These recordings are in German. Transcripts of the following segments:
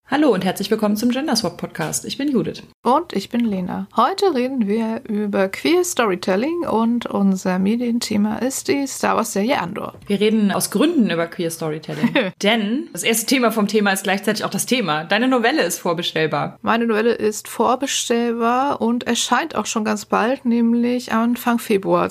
Hallo und herzlich willkommen zum Genderswap Podcast. Ich bin Judith. Und ich bin Lena. Heute reden wir über Queer Storytelling und unser Medienthema ist die Star Wars-Serie Andor. Wir reden aus Gründen über Queer Storytelling, denn das erste Thema vom Thema ist gleichzeitig auch das Thema. Deine Novelle ist vorbestellbar. Meine Novelle ist vorbestellbar und erscheint auch schon ganz bald, nämlich Anfang Februar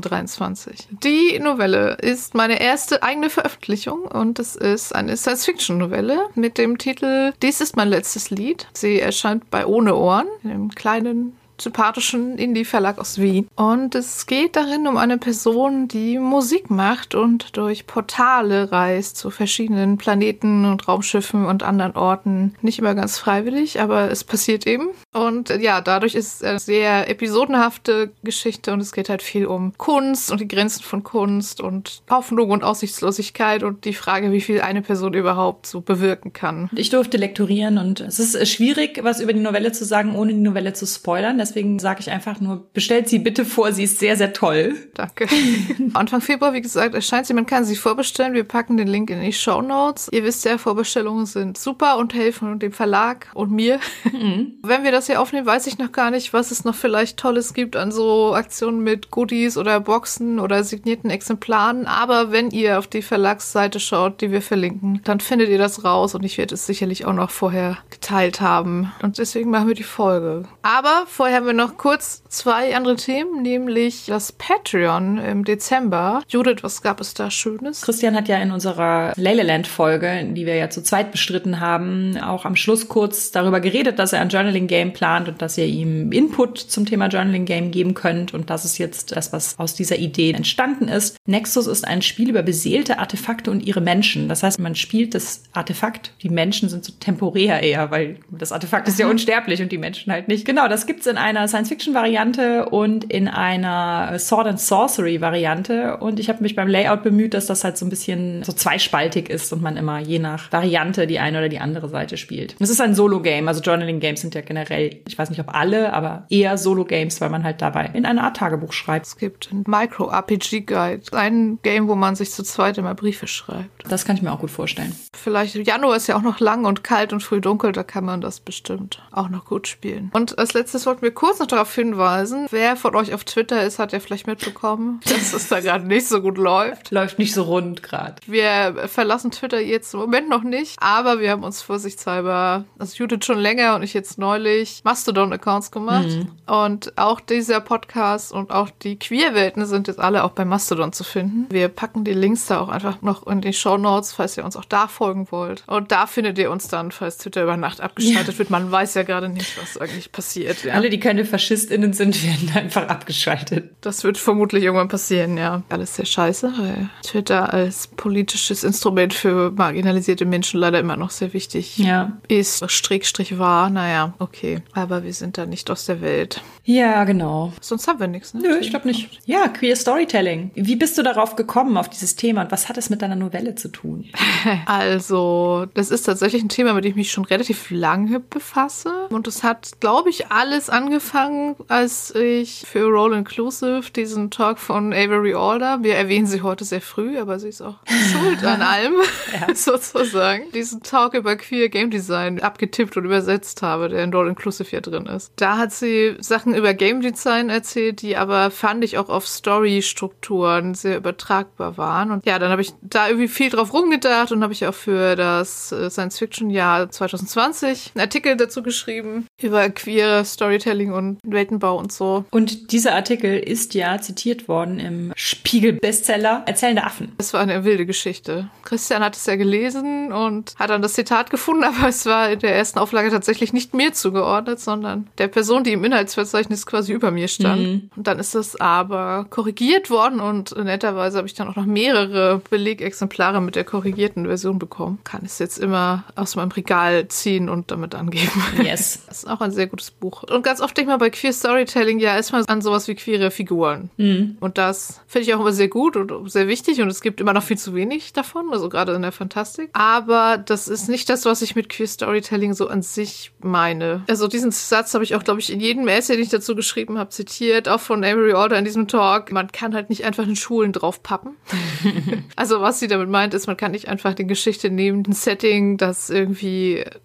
2023. Die Novelle ist meine erste eigene Veröffentlichung und es ist eine Science-Fiction-Novelle mit dem Titel Dies ist mein letztes Lied. Sie erscheint bei Ohne Ohren, einem kleinen, sympathischen Indie-Verlag aus Wien. Und es geht darin um eine Person, die Musik macht und durch Portale reist zu verschiedenen Planeten und Raumschiffen und anderen Orten. Nicht immer ganz freiwillig, aber es passiert eben. Und ja, dadurch ist es eine sehr episodenhafte Geschichte und es geht halt viel um Kunst und die Grenzen von Kunst und Hoffnung und Aussichtslosigkeit und die Frage, wie viel eine Person überhaupt so bewirken kann. Ich durfte lektorieren und es ist schwierig, was über die Novelle zu sagen, ohne die Novelle zu spoilern. Deswegen sage ich einfach nur, bestellt sie bitte vor, sie ist sehr, sehr toll. Danke. Anfang Februar, wie gesagt, erscheint sie. Man kann sie vorbestellen. Wir packen den Link in die Shownotes. Ihr wisst ja, Vorbestellungen sind super und helfen dem Verlag und mir. Mhm. Wenn wir das hier aufnehmen, weiß ich noch gar nicht, was es noch vielleicht Tolles gibt an so Aktionen mit Goodies oder Boxen oder signierten Exemplaren. Aber wenn ihr auf die Verlagsseite schaut, die wir verlinken, dann findet ihr das raus und ich werde es sicherlich auch noch vorher geteilt haben. Und deswegen machen wir die Folge. Aber vorher haben wir noch kurz zwei andere Themen, nämlich das Patreon im Dezember. Judith, was gab es da Schönes? Christian hat ja in unserer Leyland-Folge, die wir ja zu zweit bestritten haben, auch am Schluss kurz darüber geredet, dass er ein Journaling-Game plant und dass ihr ihm Input zum Thema Journaling-Game geben könnt. Und das ist jetzt das, was aus dieser Idee entstanden ist. Nexus ist ein Spiel über beseelte Artefakte und ihre Menschen. Das heißt, man spielt das Artefakt. Die Menschen sind so temporär eher, weil das Artefakt ist ja unsterblich und die Menschen halt nicht. Genau, das gibt's in einer Science-Fiction-Variante und in einer Sword-and-Sorcery-Variante. Und ich habe mich beim Layout bemüht, dass das halt so ein bisschen so zweispaltig ist und man immer je nach Variante die eine oder die andere Seite spielt. Es ist ein Solo-Game, also Journaling-Games sind ja generell, ich weiß nicht ob alle, aber eher Solo-Games, weil man halt dabei in eine Art Tagebuch schreibt. Es gibt ein Micro-RPG-Guide, ein Game, wo man sich zu zweit immer Briefe schreibt. Das kann ich mir auch gut vorstellen. Vielleicht, Januar ist ja auch noch lang und kalt und früh dunkel, da kann man das bestimmt auch noch gut spielen. Und als letztes wollten wir kurz noch darauf hinweisen, wer von euch auf Twitter ist, hat ja vielleicht mitbekommen, dass es da gerade nicht so gut läuft. Läuft nicht so rund gerade. Wir verlassen Twitter jetzt im Moment noch nicht, aber wir haben uns vorsichtshalber, also Judith schon länger und ich jetzt neulich, Mastodon-Accounts gemacht. Und auch dieser Podcast und auch die Queerwelten sind jetzt alle auch bei Mastodon zu finden. Wir packen die Links da auch einfach noch in die Shownotes, falls ihr uns auch da folgen wollt. Und da findet ihr uns dann, falls Twitter über Nacht abgeschaltet wird. Man weiß ja gerade nicht, was eigentlich passiert. Ja. Alle, die keine FaschistInnen sind, werden einfach abgeschaltet. Das wird vermutlich irgendwann passieren, ja. Alles sehr scheiße, weil Twitter als politisches Instrument für marginalisierte Menschen leider immer noch sehr wichtig ist. Strickstrich war, naja, okay. Aber wir sind da nicht aus der Welt. Ja, genau. Sonst haben wir nichts, ne? Nö, ich glaube nicht. Ja, Queer Storytelling. Wie bist du darauf gekommen, auf dieses Thema? Und was hat es mit deiner Novelle zu tun? Also, das ist tatsächlich ein Thema, mit dem ich mich schon relativ lange befasse. Und es hat, glaube ich, alles angefangen, als ich für Roll Inclusive diesen Talk von Avery Alder, wir erwähnen sie heute sehr früh, aber sie ist auch schuld an allem, sozusagen, diesen Talk über Queer Game Design abgetippt und übersetzt habe, der in Roll Inclusive ja drin ist. Da hat sie Sachen über Game Design erzählt, die aber, fand ich, auch auf Story-Strukturen sehr übertragbar waren. Und ja, dann habe ich da irgendwie viel drauf rumgedacht und habe ich auch für das Science-Fiction-Jahr 2020 einen Artikel dazu geschrieben über queer Storytelling und Weltenbau und so. Und dieser Artikel ist ja zitiert worden im Spiegel-Bestseller Erzählende Affen. Es war eine wilde Geschichte. Christian hat es ja gelesen und hat dann das Zitat gefunden, aber es war in der ersten Auflage tatsächlich nicht mir zugeordnet, sondern der Person, die im Inhaltsverzeichnis quasi über mir stand. Und dann ist es aber korrigiert worden und netterweise habe ich dann auch noch mehrere Belegexemplare mit der korrigierten Version bekommen. Kann es jetzt immer aus meinem Regal ziehen und damit angeben. Yes. Das ist auch ein sehr gutes Buch. Und ganz oft denke ich mal bei Queer Storytelling ja erstmal an sowas wie queere Figuren. Und das finde ich auch immer sehr gut und sehr wichtig und es gibt immer noch viel zu wenig davon, also gerade in der Fantastik. Aber das ist nicht das, was ich mit Queer Storytelling so an sich meine. Also diesen Satz habe ich auch, glaube ich, in jedem Essay, den ich dazu geschrieben habe, zitiert, auch von Avery Alder in diesem Talk. Man kann halt nicht einfach den Schulen draufpappen. Also was sie damit meint, ist, man kann nicht einfach die Geschichte nehmen, ein Setting, das irgendwie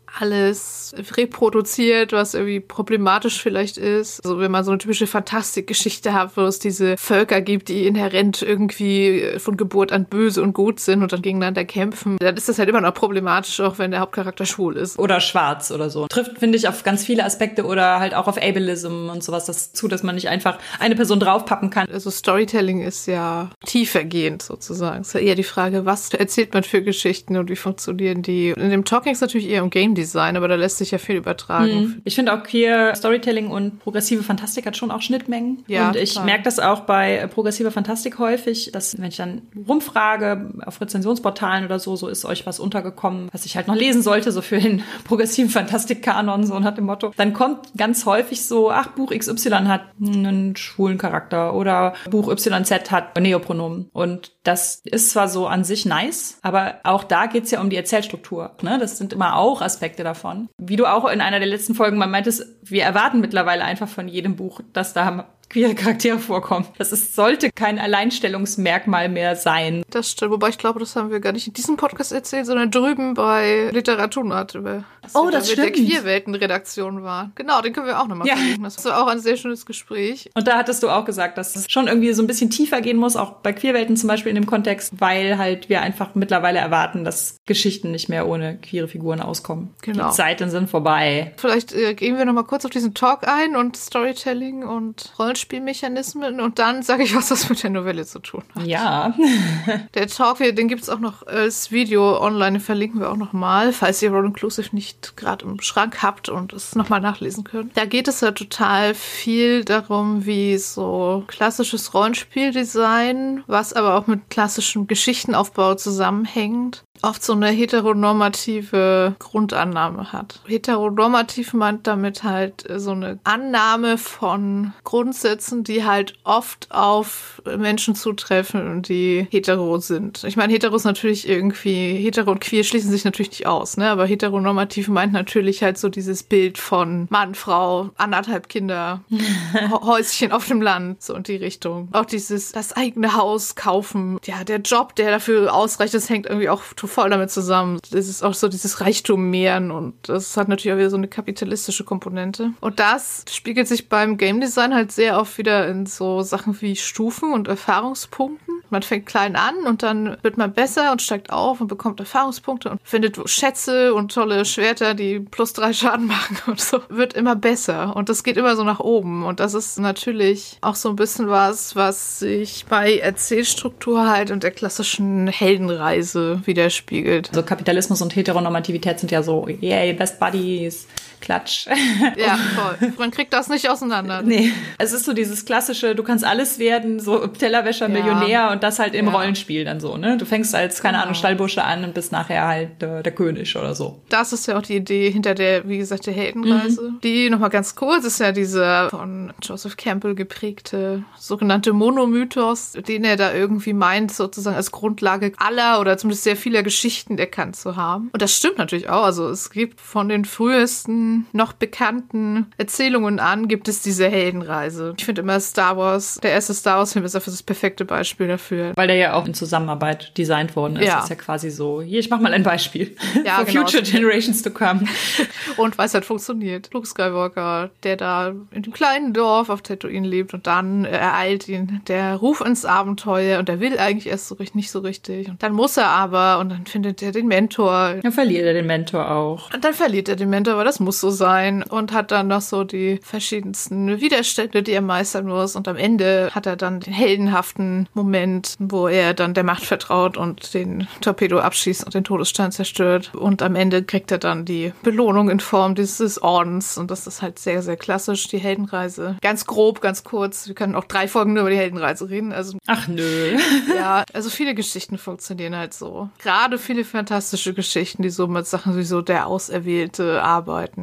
alles reproduziert, was irgendwie problematisch vielleicht ist. Also wenn man so eine typische Fantastikgeschichte hat, wo es diese Völker gibt, die inhärent irgendwie von Geburt an böse und gut sind und dann gegeneinander kämpfen, dann ist das halt immer noch problematisch, auch wenn der Hauptcharakter schwul ist. Oder schwarz oder so. Trifft, finde ich, auf ganz viele Aspekte oder halt auch auf Ableism und sowas das zu, dass man nicht einfach eine Person draufpappen kann. Also Storytelling ist ja tiefergehend sozusagen. Es ist ja eher die Frage, was erzählt man für Geschichten und wie funktionieren die. In dem Talking ist natürlich eher um Game Design, aber da lässt sich ja viel übertragen. Ich finde auch Queer Storytelling und progressive Fantastik hat schon auch Schnittmengen. Ja, und ich merke das auch bei progressiver Fantastik häufig, dass wenn ich dann rumfrage auf Rezensionsportalen oder so ist euch was untergekommen, was ich halt noch lesen sollte, so für den progressiven Fantastik-Kanon, so nach dem Motto. Dann kommt ganz häufig so, ach, Buch XY hat einen schwulen Charakter oder Buch YZ hat Neopronomen. Und das ist zwar so an sich nice, aber auch da geht's ja um die Erzählstruktur. Ne? Das sind immer auch Aspekte davon. Wie du auch in einer der letzten Folgen mal meintest, wir erwarten mittlerweile einfach von jedem Buch, dass da queere Charaktere vorkommen. Sollte kein Alleinstellungsmerkmal mehr sein. Das stimmt, wobei ich glaube, das haben wir gar nicht in diesem Podcast erzählt, sondern drüben bei Literaturnat, das mit der Queerwelten-Redaktion war. Genau, den können wir auch nochmal verlinken. Das war auch ein sehr schönes Gespräch. Und da hattest du auch gesagt, dass es schon irgendwie so ein bisschen tiefer gehen muss, auch bei Queerwelten zum Beispiel in dem Kontext, weil halt wir einfach mittlerweile erwarten, dass Geschichten nicht mehr ohne queere Figuren auskommen. Genau. Die Zeiten sind vorbei. Vielleicht gehen wir nochmal kurz auf diesen Talk ein und Storytelling und Rollenspielmechanismen und dann sage ich, was das mit der Novelle zu tun hat. Ja. Der Talk, den gibt es auch noch als Video online, den verlinken wir auch nochmal, falls ihr Roll Inclusive nicht gerade im Schrank habt und es nochmal nachlesen könnt. Da geht es ja total viel darum, wie so klassisches Rollenspieldesign, was aber auch mit klassischem Geschichtenaufbau zusammenhängt, oft so eine heteronormative Grundannahme hat. Heteronormativ meint damit halt so eine Annahme von Grundsätzen, die halt oft auf Menschen zutreffen, die hetero sind. Ich meine, hetero ist natürlich irgendwie, hetero und queer schließen sich natürlich nicht aus, ne? Aber heteronormativ meint natürlich halt so dieses Bild von Mann, Frau, 1,5 Kinder, Häuschen auf dem Land, so in die Richtung. Auch das eigene Haus kaufen, ja, der Job, der dafür ausreicht, das hängt irgendwie auch voll damit zusammen. Das ist auch so dieses Reichtum mehren und das hat natürlich auch wieder so eine kapitalistische Komponente. Und das spiegelt sich beim Game Design halt sehr oft wieder in so Sachen wie Stufen und Erfahrungspunkten. Man fängt klein an und dann wird man besser und steigt auf und bekommt Erfahrungspunkte und findet Schätze und tolle Schwerter, die +3 Schaden machen und so. Wird immer besser und das geht immer so nach oben. Und das ist natürlich auch so ein bisschen was sich bei Erzählstruktur halt und der klassischen Heldenreise widerspiegelt. Also Kapitalismus und Heteronormativität sind ja so, yay, Best Buddies, Klatsch. Ja, voll. Man kriegt das nicht auseinander. Nee. Es ist so dieses klassische, du kannst alles werden, so Tellerwäscher, Millionär und das halt im Rollenspiel dann so, ne? Du fängst als, keine Ahnung, Stallbursche an und bist nachher halt der König oder so. Das ist ja auch die Idee hinter der, wie gesagt, der Heldenreise. Die, nochmal ganz kurz, ist ja diese von Joseph Campbell geprägte sogenannte Monomythos, den er da irgendwie meint, sozusagen als Grundlage aller oder zumindest sehr vieler Geschichten erkannt zu haben. Und das stimmt natürlich auch. Also es gibt von den frühesten noch bekannten Erzählungen an, gibt es diese Heldenreise. Ich finde immer Star Wars, der erste Star Wars Film ist dafür das perfekte Beispiel dafür. Weil der ja auch in Zusammenarbeit designt worden ist. Das ist ja quasi so, hier, ich mach mal ein Beispiel. Ja, For future generations to come. Und weil es halt funktioniert. Luke Skywalker, der da in dem kleinen Dorf auf Tatooine lebt und dann ereilt ihn der Ruf ins Abenteuer und er will eigentlich erst nicht so richtig. Und dann muss er aber und dann findet er den Mentor. Dann verliert er den Mentor auch. Und dann verliert er den Mentor, aber das muss so sein und hat dann noch so die verschiedensten Widerstände, die er meistern muss und am Ende hat er dann den heldenhaften Moment, wo er dann der Macht vertraut und den Torpedo abschießt und den Todesstern zerstört und am Ende kriegt er dann die Belohnung in Form dieses Ordens und das ist halt sehr, sehr klassisch, die Heldenreise. Ganz grob, ganz kurz, wir können auch 3 Folgen nur über die Heldenreise reden. Also, ach nö. Ja, also viele Geschichten funktionieren halt so. Gerade viele fantastische Geschichten, die so mit Sachen wie so der Auserwählte arbeiten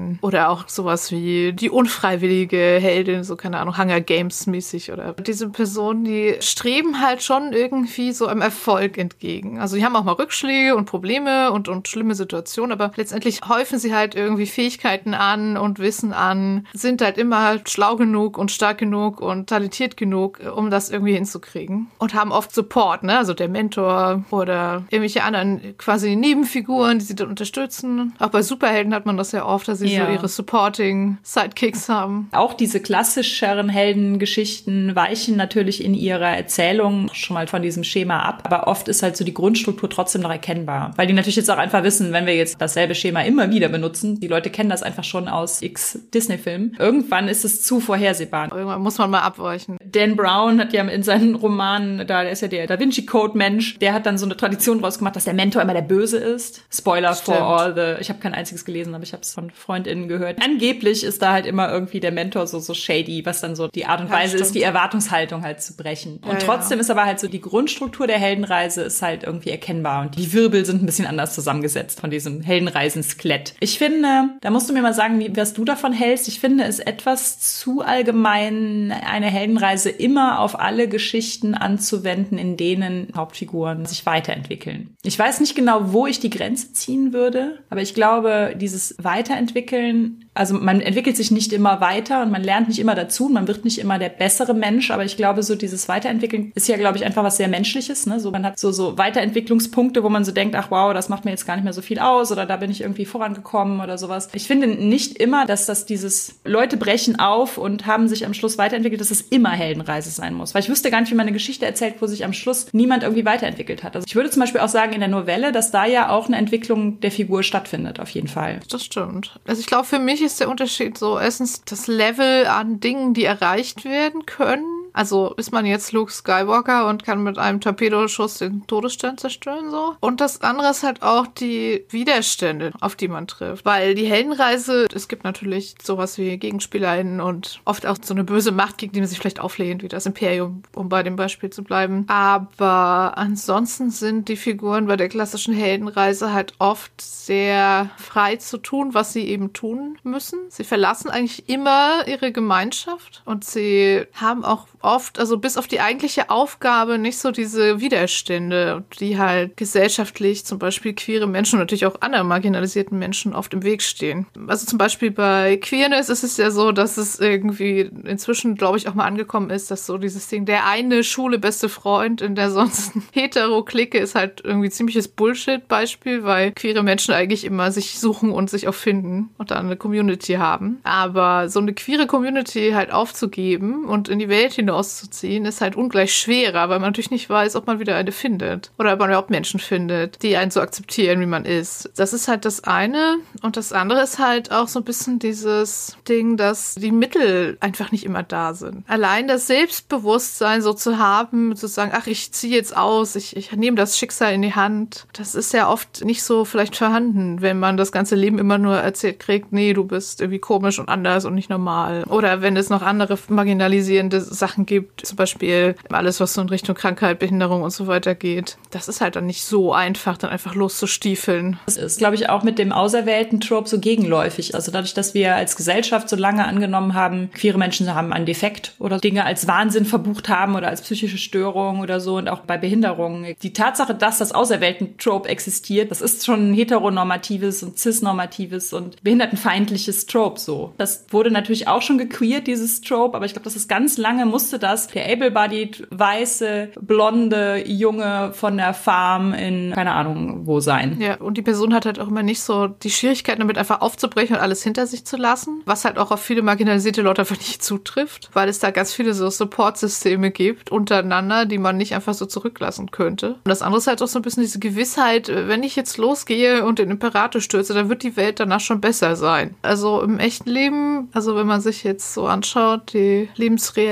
sein. Oder auch sowas wie die unfreiwillige Heldin, so keine Ahnung, Hunger Games mäßig. Oder diese Personen, die streben halt schon irgendwie so einem Erfolg entgegen. Also die haben auch mal Rückschläge und Probleme und schlimme Situationen, aber letztendlich häufen sie halt irgendwie Fähigkeiten an und Wissen an, sind halt immer schlau genug und stark genug und talentiert genug, um das irgendwie hinzukriegen. Und haben oft Support, ne? Also der Mentor oder irgendwelche anderen quasi Nebenfiguren, die sie dann unterstützen. Auch bei Superhelden hat man das ja oft, dass sie so ihre Supporting-Sidekicks haben. Auch diese klassischeren Heldengeschichten weichen natürlich in ihrer Erzählung schon mal von diesem Schema ab. Aber oft ist halt so die Grundstruktur trotzdem noch erkennbar. Weil die natürlich jetzt auch einfach wissen, wenn wir jetzt dasselbe Schema immer wieder benutzen, die Leute kennen das einfach schon aus x Disney-Filmen, irgendwann ist es zu vorhersehbar. Irgendwann muss man mal abweichen. Dan Brown hat ja in seinen Romanen, der ist ja der Da Vinci Code-Mensch, der hat dann so eine Tradition draus gemacht, dass der Mentor immer der Böse ist. Spoiler for all ich habe kein einziges gelesen, aber ich habe es von FreundInnen gehört. Angeblich ist da halt immer irgendwie der Mentor so shady, was dann so die Art und Weise ist, die Erwartungshaltung halt zu brechen. Und trotzdem ist aber halt so die Grundstruktur der Heldenreise ist halt irgendwie erkennbar und die Wirbel sind ein bisschen anders zusammengesetzt von diesem Heldenreisen-Skelett. Ich finde, da musst du mir mal sagen, was du davon hältst. Ich finde es etwas zu allgemein, eine Heldenreise immer auf alle Geschichten anzuwenden, in denen Hauptfiguren sich weiterentwickeln. Ich weiß nicht genau, wo ich die Grenze ziehen würde, aber ich glaube, dieses Weiterentwickeln, also man entwickelt sich nicht immer weiter und man lernt nicht immer dazu, man wird nicht immer der bessere Mensch, aber ich glaube, so dieses Weiterentwickeln ist ja, glaube ich, einfach was sehr Menschliches, ne? So, man hat so Weiterentwicklungspunkte, wo man so denkt, ach wow, das macht mir jetzt gar nicht mehr so viel aus oder da bin ich irgendwie vorangekommen oder sowas. Ich finde nicht immer, dass das dieses Leute brechen auf und haben sich am Schluss weiterentwickelt, dass es immer Heldenreise sein muss. Weil ich wüsste gar nicht, wie man eine Geschichte erzählt, wo sich am Schluss niemand irgendwie weiterentwickelt hat. Also ich würde zum Beispiel auch sagen, in der Novelle, dass da ja auch eine Entwicklung der Figur stattfindet, auf jeden Fall. Das stimmt. Also ich glaube, für mich ist der Unterschied so erstens das Level an Dingen, die erreicht werden können. Also ist man jetzt Luke Skywalker und kann mit einem Torpedoschuss den Todesstern zerstören, so. Und das andere ist halt auch die Widerstände, auf die man trifft. Weil die Heldenreise, es gibt natürlich sowas wie GegenspielerInnen und oft auch so eine böse Macht, gegen die man sich vielleicht auflehnt, wie das Imperium, um bei dem Beispiel zu bleiben. Aber ansonsten sind die Figuren bei der klassischen Heldenreise halt oft sehr frei zu tun, was sie eben tun müssen. Sie verlassen eigentlich immer ihre Gemeinschaft und sie haben auch oft, also bis auf die eigentliche Aufgabe, nicht so diese Widerstände, die halt gesellschaftlich zum Beispiel queere Menschen und natürlich auch anderen marginalisierten Menschen oft im Weg stehen. Also zum Beispiel bei Queerness ist es ja so, dass es irgendwie inzwischen, glaube ich, auch mal angekommen ist, dass so dieses Ding, der eine Schule beste Freund in der sonst hetero-Clique ist halt irgendwie ziemliches Bullshit-Beispiel, weil queere Menschen eigentlich immer sich suchen und sich auch finden und dann eine Community haben. Aber so eine queere Community halt aufzugeben und in die Welt hinauszuziehen, ist halt ungleich schwerer, weil man natürlich nicht weiß, ob man wieder eine findet oder ob man überhaupt Menschen findet, die einen so akzeptieren, wie man ist. Das ist halt das eine. Und das andere ist halt auch so ein bisschen dieses Ding, dass die Mittel einfach nicht immer da sind. Allein das Selbstbewusstsein so zu haben, zu sagen, ach, ich ziehe jetzt aus, ich nehme das Schicksal in die Hand, das ist ja oft nicht so vielleicht vorhanden, wenn man das ganze Leben immer nur erzählt kriegt, nee, du bist irgendwie komisch und anders und nicht normal. Oder wenn es noch andere marginalisierende Sachen gibt, zum Beispiel alles, was so in Richtung Krankheit, Behinderung und so weiter geht. Das ist halt dann nicht so einfach, dann einfach loszustiefeln. Das ist, glaube ich, auch mit dem auserwählten Trope so gegenläufig. Also dadurch, dass wir als Gesellschaft so lange angenommen haben, queere Menschen haben einen Defekt oder Dinge als Wahnsinn verbucht haben oder als psychische Störung oder so und auch bei Behinderungen. Die Tatsache, dass das auserwählten Trope existiert, das ist schon ein heteronormatives und cisnormatives und behindertenfeindliches Trope so. Das wurde natürlich auch schon gequeert, dieses Trope, aber ich glaube, das ist ganz lange musste das der able-bodied, weiße, blonde Junge von der Farm in keine Ahnung wo sein. Ja, und die Person hat halt auch immer nicht so die Schwierigkeiten damit einfach aufzubrechen und alles hinter sich zu lassen, was halt auch auf viele marginalisierte Leute einfach nicht zutrifft, weil es da ganz viele so Support-Systeme gibt untereinander, die man nicht einfach so zurücklassen könnte. Und das andere ist halt auch so ein bisschen diese Gewissheit, wenn ich jetzt losgehe und den Imperator stürze, dann wird die Welt danach schon besser sein. Also im echten Leben, also wenn man sich jetzt so anschaut, die Lebensrealität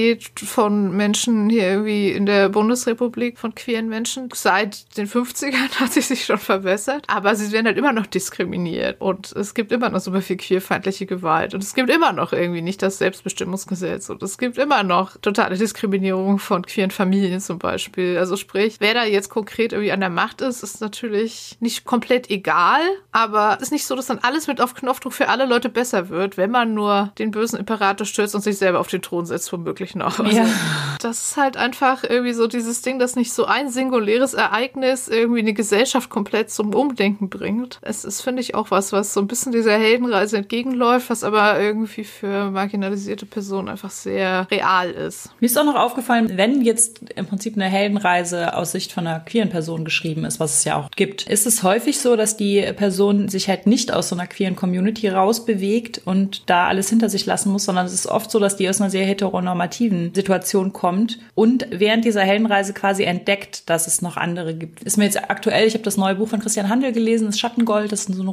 Identität von Menschen hier irgendwie in der Bundesrepublik, von queeren Menschen. Seit den 50ern hat sie sich schon verbessert, aber sie werden halt immer noch diskriminiert und es gibt immer noch super viel queerfeindliche Gewalt und es gibt immer noch irgendwie nicht das Selbstbestimmungsgesetz und es gibt immer noch totale Diskriminierung von queeren Familien zum Beispiel. Also sprich, wer da jetzt konkret irgendwie an der Macht ist natürlich nicht komplett egal, aber es ist nicht so, dass dann alles mit auf Knopfdruck für alle Leute besser wird, wenn man nur den bösen Imperator stürzt und sich selber auf den Thron setzt, womöglich noch. Also, das ist halt einfach irgendwie so dieses Ding, das nicht so ein singuläres Ereignis irgendwie eine Gesellschaft komplett zum Umdenken bringt. Es ist, finde ich, auch was so ein bisschen dieser Heldenreise entgegenläuft, was aber irgendwie für marginalisierte Personen einfach sehr real ist. Mir ist auch noch aufgefallen, wenn jetzt im Prinzip eine Heldenreise aus Sicht von einer queeren Person geschrieben ist, was es ja auch gibt, ist es häufig so, dass die Person sich halt nicht aus so einer queeren Community rausbewegt und da alles hinter sich lassen muss, sondern es ist oft so, dass die aus einer sehr heteronormativen Situation kommt und während dieser Heldenreise quasi entdeckt, dass es noch andere gibt. Ist mir jetzt aktuell, ich habe das neue Buch von Christian Handel gelesen, das Schattengold, das ist so eine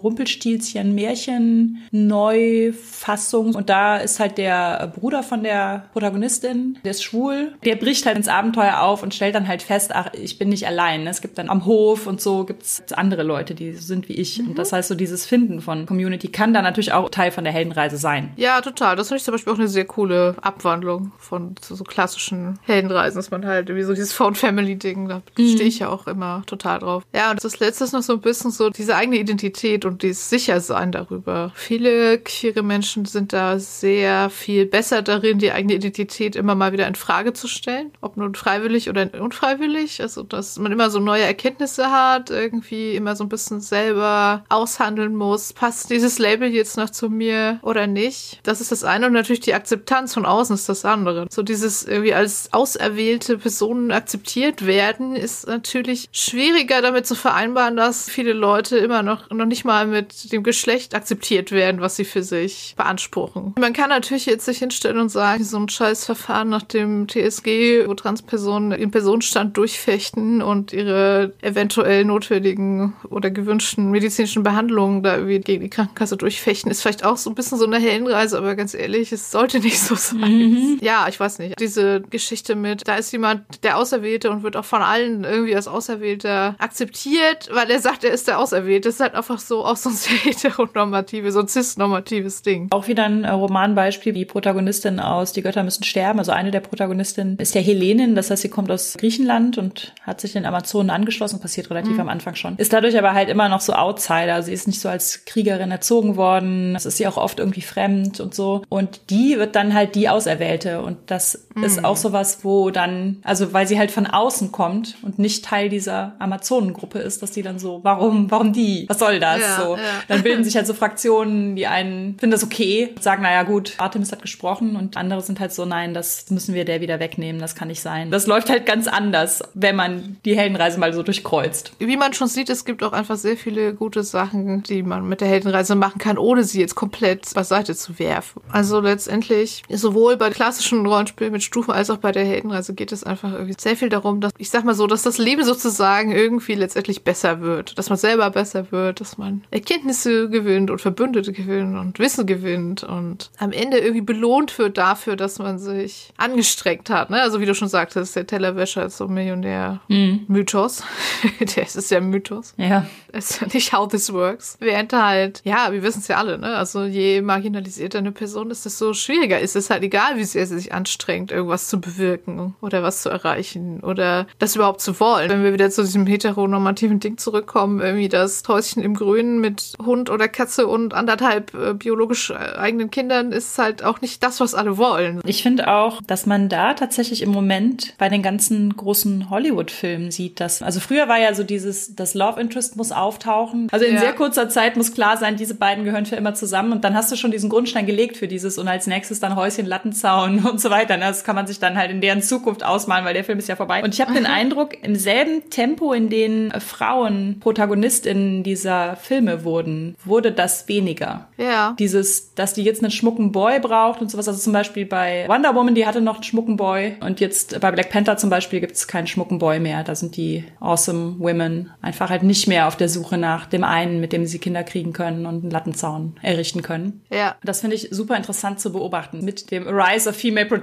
Rumpelstilzchen-Märchen-Neufassung und da ist halt der Bruder von der Protagonistin, der ist schwul, der bricht halt ins Abenteuer auf und stellt dann halt fest, ach, ich bin nicht allein. Es gibt dann am Hof und so gibt's andere Leute, die so sind wie ich. Und das heißt, so dieses Finden von Community kann da natürlich auch Teil von der Heldenreise sein. Ja, total. Das finde ich zum Beispiel auch eine sehr coole Abwandlung von so klassischen Heldenreisen, dass man halt irgendwie so dieses Found-Family-Ding, da stehe ich ja auch immer total drauf. Ja, und das Letzte ist noch so ein bisschen so diese eigene Identität und dieses Sichersein darüber. Viele queere Menschen sind da sehr viel besser darin, die eigene Identität immer mal wieder in Frage zu stellen. Ob nun freiwillig oder unfreiwillig. Also, dass man immer so neue Erkenntnisse hat, irgendwie immer so ein bisschen selber aushandeln muss. Passt dieses Label jetzt noch zu mir oder nicht? Das ist das eine. Und natürlich die Akzeptanz von außen ist das andere. So dieses irgendwie als auserwählte Personen akzeptiert werden, ist natürlich schwieriger damit zu vereinbaren, dass viele Leute immer noch nicht mal mit dem Geschlecht akzeptiert werden, was sie für sich beanspruchen. Man kann natürlich jetzt sich hinstellen und sagen, so ein scheiß Verfahren nach dem TSG, wo Transpersonen ihren Personenstand durchfechten und ihre eventuell notwendigen oder gewünschten medizinischen Behandlungen da irgendwie gegen die Krankenkasse durchfechten, ist vielleicht auch so ein bisschen so eine Heldenreise, aber ganz ehrlich, es sollte nicht so sein. Ja, ich weiß nicht. Diese Geschichte mit, da ist jemand der Auserwählte und wird auch von allen irgendwie als Auserwählter akzeptiert, weil er sagt, er ist der Auserwählte. Das ist halt einfach so auch so ein sehr heteronormatives, so ein cis-normatives Ding. Auch wieder ein Romanbeispiel, die Protagonistin aus Die Götter müssen sterben. Also eine der Protagonistinnen ist ja Helenin, das heißt, sie kommt aus Griechenland und hat sich den Amazonen angeschlossen, passiert relativ am Anfang schon. Ist dadurch aber halt immer noch so Outsider. Sie ist nicht so als Kriegerin erzogen worden. Das ist sie auch oft irgendwie fremd und so. Und die wird dann halt die Auserwählte. Und das ist auch sowas, wo dann, also weil sie halt von außen kommt und nicht Teil dieser Amazonengruppe ist, dass die dann so, warum die? Was soll das? Ja, so. ja. Dann bilden sich halt so Fraktionen, die einen finden das okay, sagen, naja gut, Artemis hat gesprochen und andere sind halt so, nein, das müssen wir der wieder wegnehmen, das kann nicht sein. Das läuft halt ganz anders, wenn man die Heldenreise mal so durchkreuzt. Wie man schon sieht, es gibt auch einfach sehr viele gute Sachen, die man mit der Heldenreise machen kann, ohne sie jetzt komplett beiseite zu werfen. Also letztendlich, sowohl bei klassischen Rollenspielen mit Stufen als auch bei der Heldenreise geht es einfach irgendwie sehr viel darum, dass, ich sag mal so, dass das Leben sozusagen irgendwie letztendlich besser wird. Dass man selber besser wird, dass man Erkenntnisse gewinnt und Verbündete gewinnt und Wissen gewinnt und am Ende irgendwie belohnt wird dafür, dass man sich angestrengt hat. Ne? Also wie du schon sagtest, der Tellerwäscher ist so ein Millionär-Mythos. Das ist ja Mythos. Ja. Das ist ja nicht how this works. Während halt, ja, wir wissen es ja alle, ne? Also je marginalisierter eine Person ist, desto schwieriger ist es halt, egal wie sehr sie sich anstrengt, irgendwas zu bewirken oder was zu erreichen oder das überhaupt zu wollen. Wenn wir wieder zu diesem heteronormativen Ding zurückkommen, irgendwie das Häuschen im Grünen mit Hund oder Katze und 1,5 biologisch eigenen Kindern ist halt auch nicht das, was alle wollen. Ich finde auch, dass man da tatsächlich im Moment bei den ganzen großen Hollywood-Filmen sieht, dass, also früher war ja so dieses, das Love Interest muss auftauchen. Also in sehr kurzer Zeit muss klar sein, diese beiden gehören für immer zusammen und dann hast du schon diesen Grundstein gelegt für dieses und als nächstes dann Häuschen, Lattenzaun und so weiter. Das kann man sich dann halt in deren Zukunft ausmalen, weil der Film ist ja vorbei. Und ich habe den Eindruck, im selben Tempo, in dem Frauen Protagonistinnen dieser Filme wurden, wurde das weniger. Ja. Dieses, dass die jetzt einen schmucken Boy braucht und sowas. Also zum Beispiel bei Wonder Woman, die hatte noch einen schmucken Boy. Und jetzt bei Black Panther zum Beispiel gibt es keinen schmucken Boy mehr. Da sind die Awesome Women einfach halt nicht mehr auf der Suche nach dem einen, mit dem sie Kinder kriegen können und einen Lattenzaun errichten können. Ja. Das finde ich super interessant zu beobachten. Mit dem Rise of Female Protagonists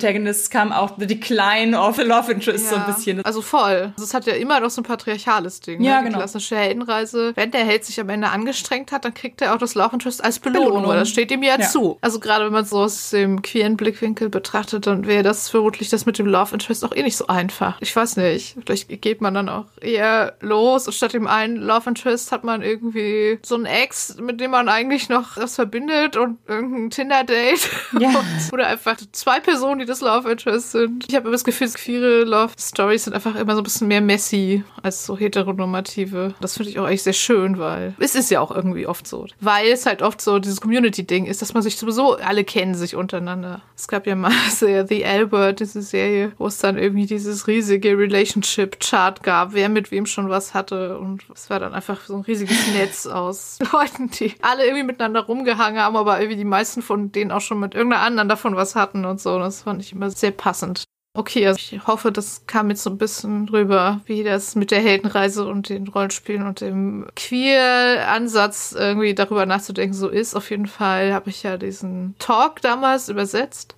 jetzt kam auch The Decline of the Love Interest so ein bisschen. Also voll. Also es hat ja immer noch so ein patriarchales Ding. Ja, ne? Die genau. klassische Heldenreise. Wenn der Held sich am Ende angestrengt hat, dann kriegt er auch das Love Interest als Belohnung. Weil das steht ihm ja zu. Also gerade wenn man so aus dem queeren Blickwinkel betrachtet, dann wäre das vermutlich das mit dem Love Interest auch eh nicht so einfach. Ich weiß nicht. Vielleicht geht man dann auch eher los und statt dem einen Love Interest hat man irgendwie so einen Ex, mit dem man eigentlich noch was verbindet und irgendein Tinder-Date. Ja. Oder einfach 2 Personen, die das Love Interest sind. Ich habe immer das Gefühl, queere Love Stories sind einfach immer so ein bisschen mehr messy als so heteronormative. Das finde ich auch echt sehr schön, weil es ist ja auch irgendwie oft so. Weil es halt oft so dieses Community-Ding ist, dass man sich sowieso, alle kennen sich untereinander. Es gab ja mal The Albert, diese Serie, wo es dann irgendwie dieses riesige Relationship-Chart gab, wer mit wem schon was hatte. Und es war dann einfach so ein riesiges Netz aus Leuten, die alle irgendwie miteinander rumgehangen haben, aber irgendwie die meisten von denen auch schon mit irgendeiner anderen davon was hatten und so. Das fand ich immer sehr passend. Okay, also ich hoffe, das kam jetzt so ein bisschen rüber, wie das mit der Heldenreise und den Rollenspielen und dem Queer-Ansatz irgendwie darüber nachzudenken so ist. Auf jeden Fall habe ich ja diesen Talk damals übersetzt.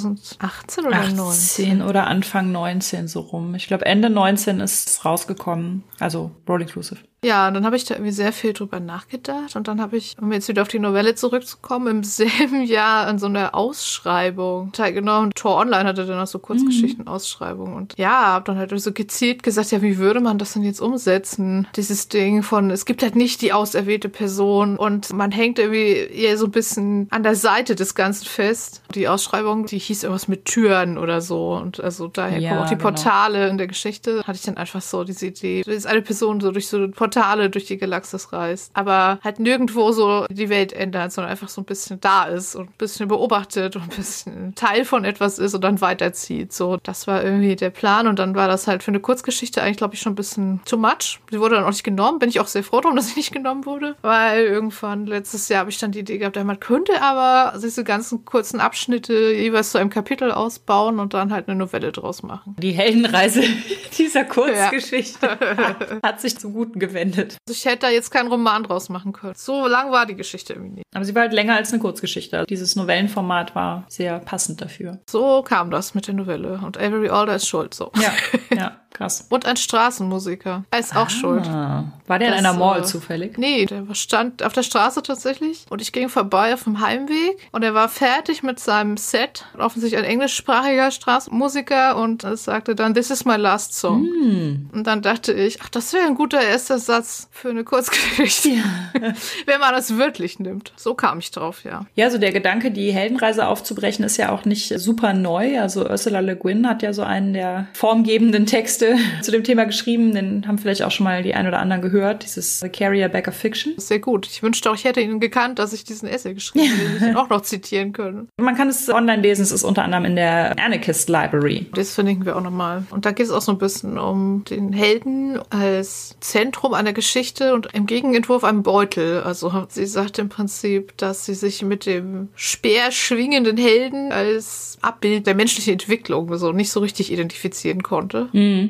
2018 oder 19? 18 oder Anfang 19 so rum. Ich glaube, Ende 19 ist es rausgekommen. Also Roll Inclusive. Ja, und dann habe ich da irgendwie sehr viel drüber nachgedacht und dann habe ich, um jetzt wieder auf die Novelle zurückzukommen, im selben Jahr an so einer Ausschreibung teilgenommen. Tor Online hatte dann auch so Kurzgeschichten-Ausschreibungen und ja, habe dann halt so gezielt gesagt, ja, wie würde man das denn jetzt umsetzen? Dieses Ding von, es gibt halt nicht die auserwählte Person und man hängt irgendwie eher so ein bisschen an der Seite des Ganzen fest. Die Ausschreibung, die hieß irgendwas mit Türen oder so und also daher kommen auch die Portale in der Geschichte. Hatte ich dann einfach so diese Idee, dass eine Person so durch so Portale durch die Galaxis reist, aber halt nirgendwo so die Welt ändert, sondern einfach so ein bisschen da ist und ein bisschen beobachtet und ein bisschen Teil von etwas ist und dann weiterzieht. So, das war irgendwie der Plan und dann war das halt für eine Kurzgeschichte eigentlich, glaube ich, schon ein bisschen too much. Sie wurde dann auch nicht genommen, bin ich auch sehr froh drum, dass sie nicht genommen wurde, weil irgendwann letztes Jahr habe ich dann die Idee gehabt, man könnte aber diese ganzen kurzen Abschnitte jeweils zu einem Kapitel ausbauen und dann halt eine Novelle draus machen. Die Heldenreise dieser Kurzgeschichte hat sich zum Guten gewendet. Also ich hätte da jetzt keinen Roman draus machen können. So lang war die Geschichte irgendwie nicht. Aber sie war halt länger als eine Kurzgeschichte. Dieses Novellenformat war sehr passend dafür. So kam das mit der Novelle. Und Avery Alder ist schuld, so. Ja, krass. Und ein Straßenmusiker. Er ist auch schuld. War der in einer Mall zufällig? Nee, der stand auf der Straße tatsächlich. Und ich ging vorbei auf dem Heimweg. Und er war fertig mit seinem Set. Offensichtlich ein englischsprachiger Straßenmusiker. Und es sagte dann, this is my last song. Und dann dachte ich, ach, das wäre ein guter erster Satz für eine Kurzgeschichte. Ja. Wenn man das wörtlich nimmt. So kam ich drauf, ja. Ja, so der Gedanke, die Heldenreise aufzubrechen, ist ja auch nicht super neu. Also Ursula Le Guin hat ja so einen der formgebenden Texte zu dem Thema geschrieben. Den haben vielleicht auch schon mal die ein oder anderen gehört. Dieses The Carrier Back of Fiction. Sehr gut. Ich wünschte auch, ich hätte ihn gekannt, dass ich diesen Essay geschrieben hätte, den ich ihn auch noch zitieren können. Man kann es online lesen. Es ist unter anderem in der Anarchist Library. Das verlinken wir auch nochmal. Und da geht es auch so ein bisschen um den Helden als Zentrum einer Geschichte und im Gegenentwurf einem Beutel. Also sie sagt im Prinzip, dass sie sich mit dem Speer schwingenden Helden als Abbild der menschlichen Entwicklung so nicht so richtig identifizieren konnte.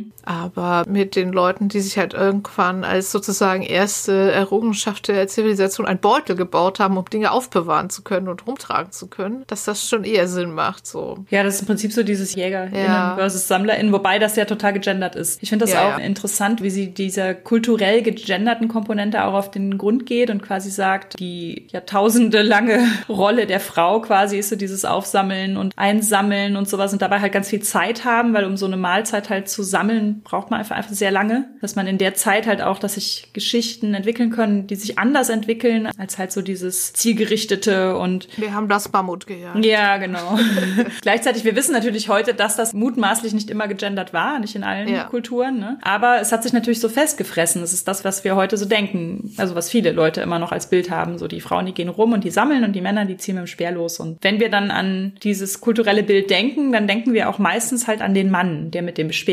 Aber mit den Leuten, die sich halt irgendwann als sozusagen erste Errungenschaft der Zivilisation ein Beutel gebaut haben, um Dinge aufbewahren zu können und rumtragen zu können, dass das schon eher Sinn macht. So. Ja, das ist im Prinzip so dieses JägerInnen versus SammlerInnen, wobei das ja total gegendert ist. Ich finde das auch interessant, wie sie dieser kulturell gegenderten Komponente auch auf den Grund geht und quasi sagt, die jahrtausende lange Rolle der Frau quasi ist so dieses Aufsammeln und Einsammeln und sowas und dabei halt ganz viel Zeit haben, weil um so eine Mahlzeit halt zu sammeln, braucht man einfach sehr lange, dass man in der Zeit halt auch, dass sich Geschichten entwickeln können, die sich anders entwickeln, als halt so dieses zielgerichtete und wir haben das Mammut gejagt. Ja, genau. Gleichzeitig, wir wissen natürlich heute, dass das mutmaßlich nicht immer gegendert war, nicht in allen Kulturen, ne? Aber es hat sich natürlich so festgefressen. Das ist das, was wir heute so denken. Also was viele Leute immer noch als Bild haben. So die Frauen, die gehen rum und die sammeln und die Männer, die ziehen mit dem Speer los. Und wenn wir dann an dieses kulturelle Bild denken, dann denken wir auch meistens halt an den Mann, der mit dem Speer und dem Mammut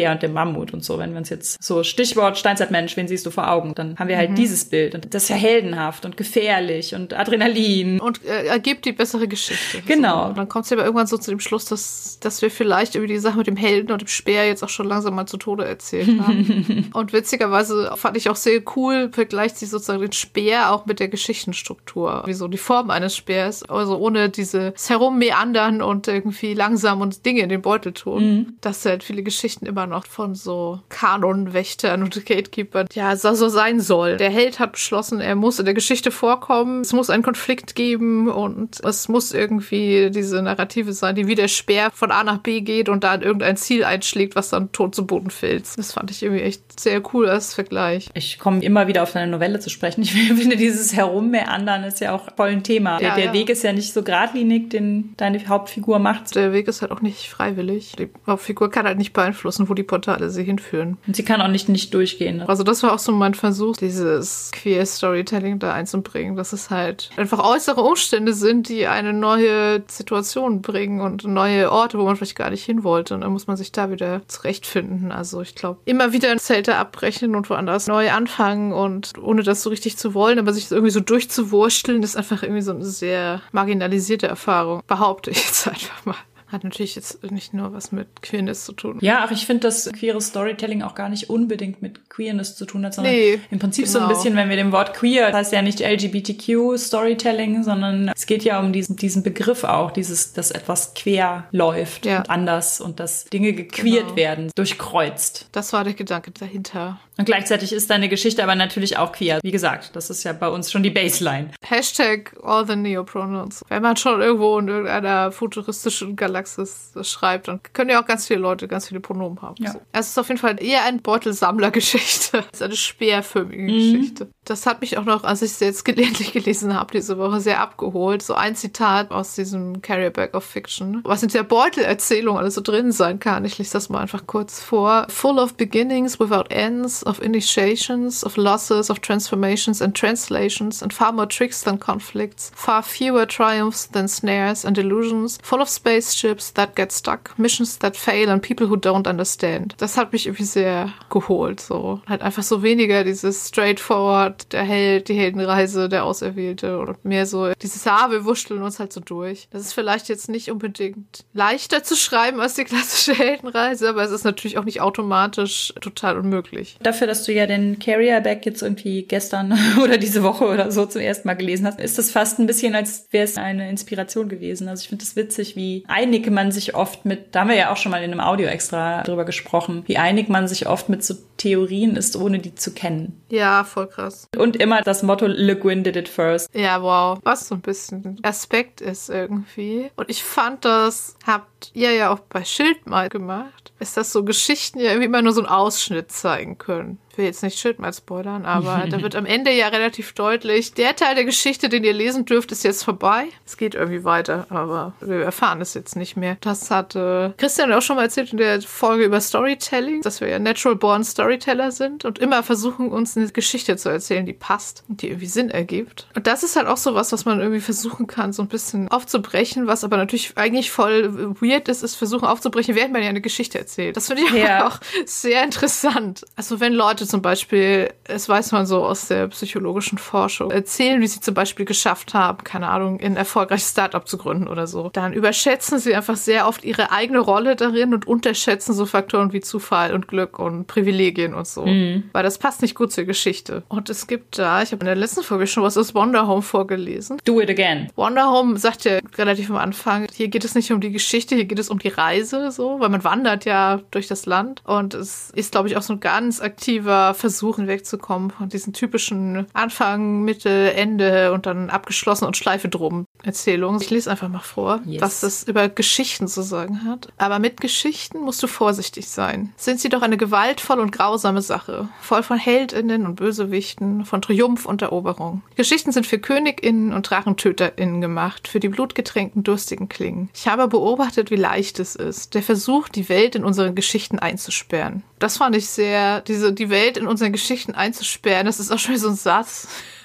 Armut und so. Wenn wir uns jetzt so Stichwort Steinzeitmensch, wen siehst du vor Augen? Dann haben wir halt dieses Bild. Und das ist ja heldenhaft und gefährlich und Adrenalin. Und ergibt die bessere Geschichte. Genau. So. Und dann kommt es ja aber irgendwann so zu dem Schluss, dass wir vielleicht über die Sache mit dem Helden und dem Speer jetzt auch schon langsam mal zu Tode erzählt haben. Und witzigerweise fand ich auch sehr cool, vergleicht sie sozusagen den Speer auch mit der Geschichtenstruktur. Wie so die Form eines Speers. Also ohne dieses Herummeandern und irgendwie langsam und Dinge in den Beutel tun. Dass halt viele Geschichten immer noch von so Kanonwächtern und Gatekeepern so sein soll. Der Held hat beschlossen, er muss in der Geschichte vorkommen. Es muss einen Konflikt geben und es muss irgendwie diese Narrative sein, die wie der Speer von A nach B geht und da in irgendein Ziel einschlägt, was dann tot zu Boden fällt. Das fand ich irgendwie echt sehr cool als Vergleich. Ich komme immer wieder auf deine Novelle zu sprechen. Ich finde, dieses Herummeandern ist ja auch voll ein Thema. Der Weg ist ja nicht so geradlinig, den deine Hauptfigur macht. Der Weg ist halt auch nicht freiwillig. Die Hauptfigur kann halt nicht beeinflussen, wo die Portale sie hinführen. Und sie kann auch nicht durchgehen. Also das war auch so mein Versuch, dieses Queer-Storytelling da einzubringen, dass es halt einfach äußere Umstände sind, die eine neue Situation bringen und neue Orte, wo man vielleicht gar nicht hin wollte. Und dann muss man sich da wieder zurechtfinden. Also ich glaube, immer wieder Zelte abbrechen und woanders neu anfangen und ohne das so richtig zu wollen, aber sich irgendwie so durchzuwursteln, ist einfach irgendwie so eine sehr marginalisierte Erfahrung. Behaupte ich jetzt einfach mal. Hat natürlich jetzt nicht nur was mit Queerness zu tun. Ja, ach, ich finde, dass queeres Storytelling auch gar nicht unbedingt mit Queerness zu tun hat, sondern im Prinzip so ein bisschen, wenn wir dem Wort queer, das heißt ja nicht LGBTQ-Storytelling, sondern es geht ja um diesen Begriff auch, dass etwas quer läuft und anders und dass Dinge gequeert werden, durchkreuzt. Das war der Gedanke dahinter. Und gleichzeitig ist deine Geschichte aber natürlich auch queer. Wie gesagt, das ist ja bei uns schon die Baseline. Hashtag all the Neopronouns. Wenn man schon irgendwo in irgendeiner futuristischen Galaxis schreibt, dann können ja auch ganz viele Leute ganz viele Pronomen haben. Ja. So. Es ist auf jeden Fall eher eine Beutelsammlergeschichte. Es ist eine speerförmige Geschichte. Das hat mich auch noch, als ich es jetzt endlich gelesen habe, diese Woche sehr abgeholt. So ein Zitat aus diesem Carrier Bag of Fiction, was in der Beutelerzählung alles so drin sein kann. Ich lese das mal einfach kurz vor. Full of beginnings without ends, of initiations, of losses, of transformations and translations, and far more tricks than conflicts, far fewer triumphs than snares and illusions, full of spaceships that get stuck, missions that fail and people who don't understand. Das hat mich irgendwie sehr geholt. So halt einfach so weniger dieses straightforward, der Held, die Heldenreise, der Auserwählte und mehr so dieses, wir wursteln uns halt so durch. Das ist vielleicht jetzt nicht unbedingt leichter zu schreiben als die klassische Heldenreise, aber es ist natürlich auch nicht automatisch total unmöglich. Dafür, dass du ja den Carrier Bag jetzt irgendwie gestern oder diese Woche oder so zum ersten Mal gelesen hast, ist das fast ein bisschen, als wäre es eine Inspiration gewesen. Also ich finde es witzig, wie einig man sich oft da haben wir ja auch schon mal in einem Audio extra drüber gesprochen, wie einig man sich oft mit so Theorien ist, ohne die zu kennen. Ja, voll krass. Und immer das Motto, Le Guin did it first. Ja, wow. Was so ein bisschen Aspekt ist irgendwie. Und ich fand, das habt ihr ja auch bei Schild mal gemacht, ist, dass so Geschichten ja irgendwie immer nur so einen Ausschnitt zeigen können. Ich will jetzt nicht Schild mal spoilern, aber da wird am Ende ja relativ deutlich, der Teil der Geschichte, den ihr lesen dürft, ist jetzt vorbei. Es geht irgendwie weiter, aber wir erfahren es jetzt nicht mehr. Das hatte Christian auch schon mal erzählt in der Folge über Storytelling, dass wir ja natural born Storyteller sind und immer versuchen, uns eine Geschichte zu erzählen, die passt und die irgendwie Sinn ergibt. Und das ist halt auch so was man irgendwie versuchen kann, so ein bisschen aufzubrechen, was aber natürlich eigentlich voll weird ist versuchen aufzubrechen, während man ja eine Geschichte erzählt. Das finde ich auch sehr interessant. Also wenn Leute zum Beispiel, es weiß man so aus der psychologischen Forschung, erzählen, wie sie zum Beispiel geschafft haben, keine Ahnung, ein erfolgreiches Startup zu gründen oder so, dann überschätzen sie einfach sehr oft ihre eigene Rolle darin und unterschätzen so Faktoren wie Zufall und Glück und Privilegien und so. Weil das passt nicht gut zur Geschichte. Und es gibt da, ich habe in der letzten Folge schon was aus Wonder Home vorgelesen. Do it again. Wonder Home sagt ja relativ am Anfang, hier geht es nicht um die Geschichte, hier geht es um die Reise, so, weil man wandert ja durch das Land und es ist, glaube ich, auch so ein ganz aktiver Versuch, wegzukommen von diesen typischen Anfang, Mitte, Ende und dann abgeschlossen und Schleife drum Erzählungen. Ich lese einfach mal vor, was das über Geschichten zu sagen hat. Aber mit Geschichten musst du vorsichtig sein. Sind sie doch eine gewaltvolle und grausame Sache, voll von HeldInnen und Bösewichten, von Triumph und Eroberung. Geschichten sind für KönigInnen und DrachentöterInnen gemacht, für die blutgetränkten, durstigen Klingen. Ich habe beobachtet, wie leicht es ist, der Versuch, die Welt in unseren Geschichten einzusperren. Das fand ich sehr, die Welt in unseren Geschichten einzusperren, das ist auch schon so ein Satz.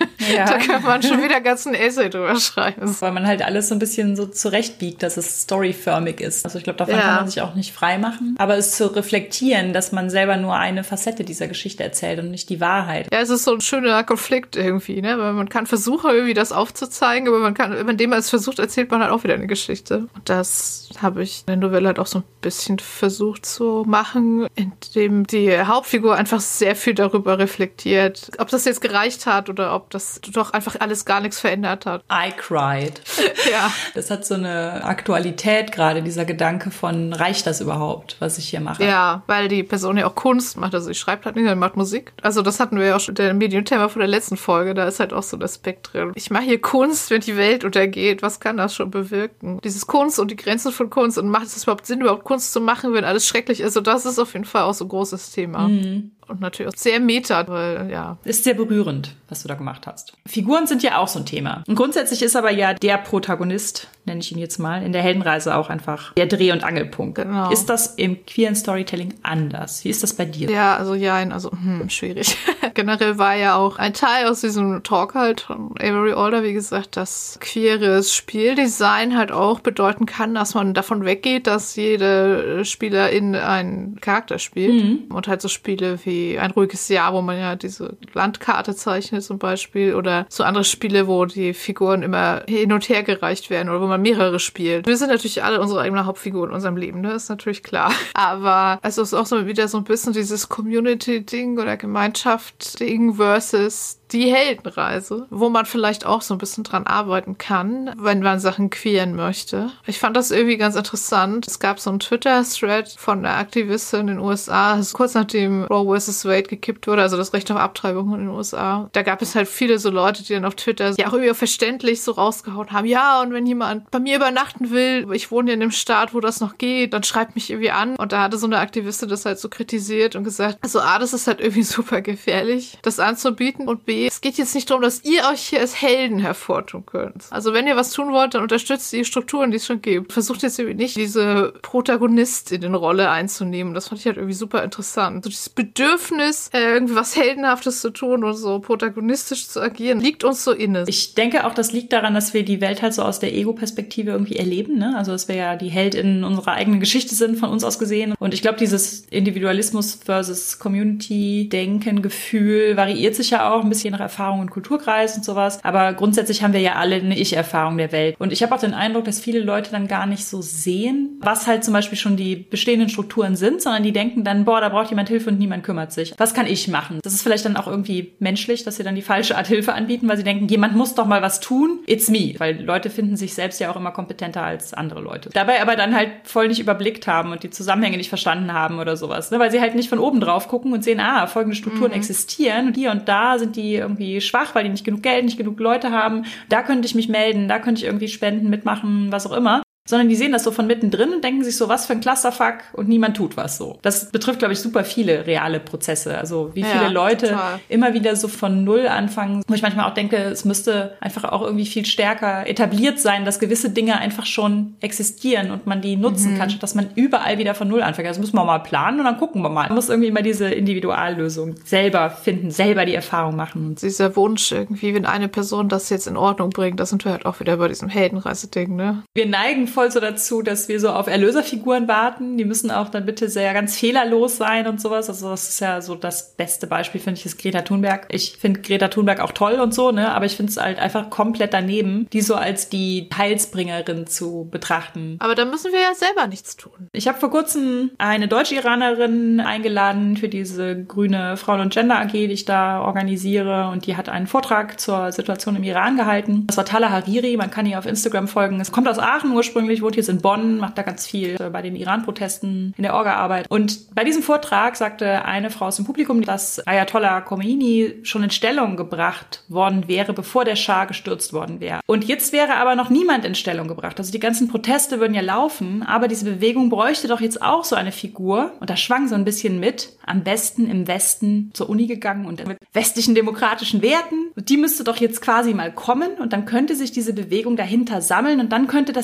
Ja. Da kann man schon wieder ganz ein Essay drüber schreiben. Weil man halt alles so ein bisschen so zurechtbiegt, dass es storyförmig ist. Also ich glaube, davon kann man sich auch nicht frei machen. Aber es zu reflektieren, dass man selber nur eine Facette dieser Geschichte erzählt und nicht die Wahrheit. Ja, es ist so ein schöner Konflikt irgendwie, ne? Weil man kann versuchen, irgendwie das aufzuzeigen, aber indem man es versucht, erzählt man halt auch wieder eine Geschichte. Und das habe ich in der Novelle halt auch so ein bisschen versucht zu machen, indem die Hauptfigur einfach sehr viel darüber reflektiert, ob das jetzt gereicht hat oder ob das doch einfach alles gar nichts verändert hat. I cried. Ja. Das hat so eine Aktualität gerade, dieser Gedanke von, reicht das überhaupt, was ich hier mache? Ja, weil die Person ja auch Kunst macht, also sie schreibt halt nicht, sie macht Musik. Also das hatten wir ja auch schon in der Medienthema von der letzten Folge, da ist halt auch so ein Aspekt drin. Ich mache hier Kunst, wenn die Welt untergeht, was kann das schon bewirken? Dieses Kunst und die Grenzen von Kunst und macht es überhaupt Sinn, überhaupt Kunst zu machen, wenn alles schrecklich ist? Also das ist auf jeden Fall auch so ein großes Thema. Mhm. Und natürlich auch sehr meta, weil, ja. Ist sehr berührend, was du da gemacht hast. Figuren sind ja auch so ein Thema. Und grundsätzlich ist aber ja der Protagonist, nenne ich ihn jetzt mal, in der Heldenreise auch einfach der Dreh- und Angelpunkt. Genau. Ist das im queeren Storytelling anders? Wie ist das bei dir? Ja, also schwierig. Generell war ja auch ein Teil aus diesem Talk halt von Avery Alder, wie gesagt, dass queeres Spieldesign halt auch bedeuten kann, dass man davon weggeht, dass jede Spielerin einen Charakter spielt. Mhm. Und halt so Spiele wie Ein ruhiges Jahr, wo man ja diese Landkarte zeichnet zum Beispiel, oder so andere Spiele, wo die Figuren immer hin und her gereicht werden oder wo man mehrere spielt. Wir sind natürlich alle unsere eigene Hauptfigur in unserem Leben, ne? Ist natürlich klar. Aber es ist auch so wieder so ein bisschen dieses Community-Ding oder Gemeinschaft-Ding versus die Heldenreise, wo man vielleicht auch so ein bisschen dran arbeiten kann, wenn man Sachen queeren möchte. Ich fand das irgendwie ganz interessant. Es gab so einen Twitter-Thread von einer Aktivistin in den USA, also kurz nachdem Roe vs. Wade gekippt wurde, also das Recht auf Abtreibung in den USA. Da gab es halt viele so Leute, die dann auf Twitter ja auch irgendwie verständlich so rausgehauen haben, ja, und wenn jemand bei mir übernachten will, ich wohne ja in dem Staat, wo das noch geht, dann schreibt mich irgendwie an. Und da hatte so eine Aktivistin das halt so kritisiert und gesagt, also A, das ist halt irgendwie super gefährlich, das anzubieten, und B, es geht jetzt nicht darum, dass ihr euch hier als Helden hervortun könnt. Also wenn ihr was tun wollt, dann unterstützt die Strukturen, die es schon gibt. Versucht jetzt irgendwie nicht, diese Protagonistinnenrolle einzunehmen. Das fand ich halt irgendwie super interessant. So dieses Bedürfnis, irgendwie was Heldenhaftes zu tun und so protagonistisch zu agieren, liegt uns so inne. Ich denke auch, das liegt daran, dass wir die Welt halt so aus der Ego-Perspektive irgendwie erleben, ne? Also dass wir ja die HeldInnen unserer eigenen Geschichte sind, von uns aus gesehen. Und ich glaube, dieses Individualismus versus Community-Denken, Gefühl variiert sich ja auch ein bisschen nach Erfahrung und Kulturkreis und sowas. Aber grundsätzlich haben wir ja alle eine Ich-Erfahrung der Welt. Und ich habe auch den Eindruck, dass viele Leute dann gar nicht so sehen, was halt zum Beispiel schon die bestehenden Strukturen sind, sondern die denken dann, boah, da braucht jemand Hilfe und niemand kümmert sich. Was kann ich machen? Das ist vielleicht dann auch irgendwie menschlich, dass sie dann die falsche Art Hilfe anbieten, weil sie denken, jemand muss doch mal was tun. It's me. Weil Leute finden sich selbst ja auch immer kompetenter als andere Leute. Dabei aber dann halt voll nicht überblickt haben und die Zusammenhänge nicht verstanden haben oder sowas. Ne? Weil sie halt nicht von oben drauf gucken und sehen, folgende Strukturen existieren und hier und da sind die irgendwie schwach, weil die nicht genug Geld, nicht genug Leute haben. Da könnte ich mich melden, da könnte ich irgendwie spenden, mitmachen, was auch immer. Sondern die sehen das so von mittendrin und denken sich so, was für ein Clusterfuck, und niemand tut was so. Das betrifft, glaube ich, super viele reale Prozesse. Also wie viele Leute total immer wieder so von Null anfangen, wo ich manchmal auch denke, es müsste einfach auch irgendwie viel stärker etabliert sein, dass gewisse Dinge einfach schon existieren und man die nutzen kann, statt dass man überall wieder von Null anfängt. Also müssen wir mal planen und dann gucken wir mal. Man muss irgendwie immer diese Individuallösung selber finden, selber die Erfahrung machen. Und dieser Wunsch irgendwie, wenn eine Person das jetzt in Ordnung bringt, da sind wir halt auch wieder bei diesem Heldenreise-Ding, ne? Wir neigen voll so dazu, dass wir so auf Erlöserfiguren warten. Die müssen auch dann bitte sehr ganz fehlerlos sein und sowas. Also das ist ja so das beste Beispiel, finde ich, ist Greta Thunberg. Ich finde Greta Thunberg auch toll und so, ne? Aber ich finde es halt einfach komplett daneben, die so als die Heilsbringerin zu betrachten. Aber da müssen wir ja selber nichts tun. Ich habe vor kurzem eine Deutsch-Iranerin eingeladen für diese grüne Frauen- und Gender AG, die ich da organisiere, und die hat einen Vortrag zur Situation im Iran gehalten. Das war Tala Hariri, man kann ihr auf Instagram folgen. Es kommt aus Aachen ursprünglich, wohnt jetzt in Bonn, macht da ganz viel bei den Iran-Protesten in der Orga-Arbeit. Und bei diesem Vortrag sagte eine Frau aus dem Publikum, dass Ayatollah Khomeini schon in Stellung gebracht worden wäre, bevor der Schah gestürzt worden wäre. Und jetzt wäre aber noch niemand in Stellung gebracht. Also die ganzen Proteste würden ja laufen, aber diese Bewegung bräuchte doch jetzt auch so eine Figur. Und da schwang so ein bisschen mit, am besten im Westen zur Uni gegangen und mit westlichen demokratischen Werten. Und die müsste doch jetzt quasi mal kommen und dann könnte sich diese Bewegung dahinter sammeln und dann könnte das ja erst gelingen.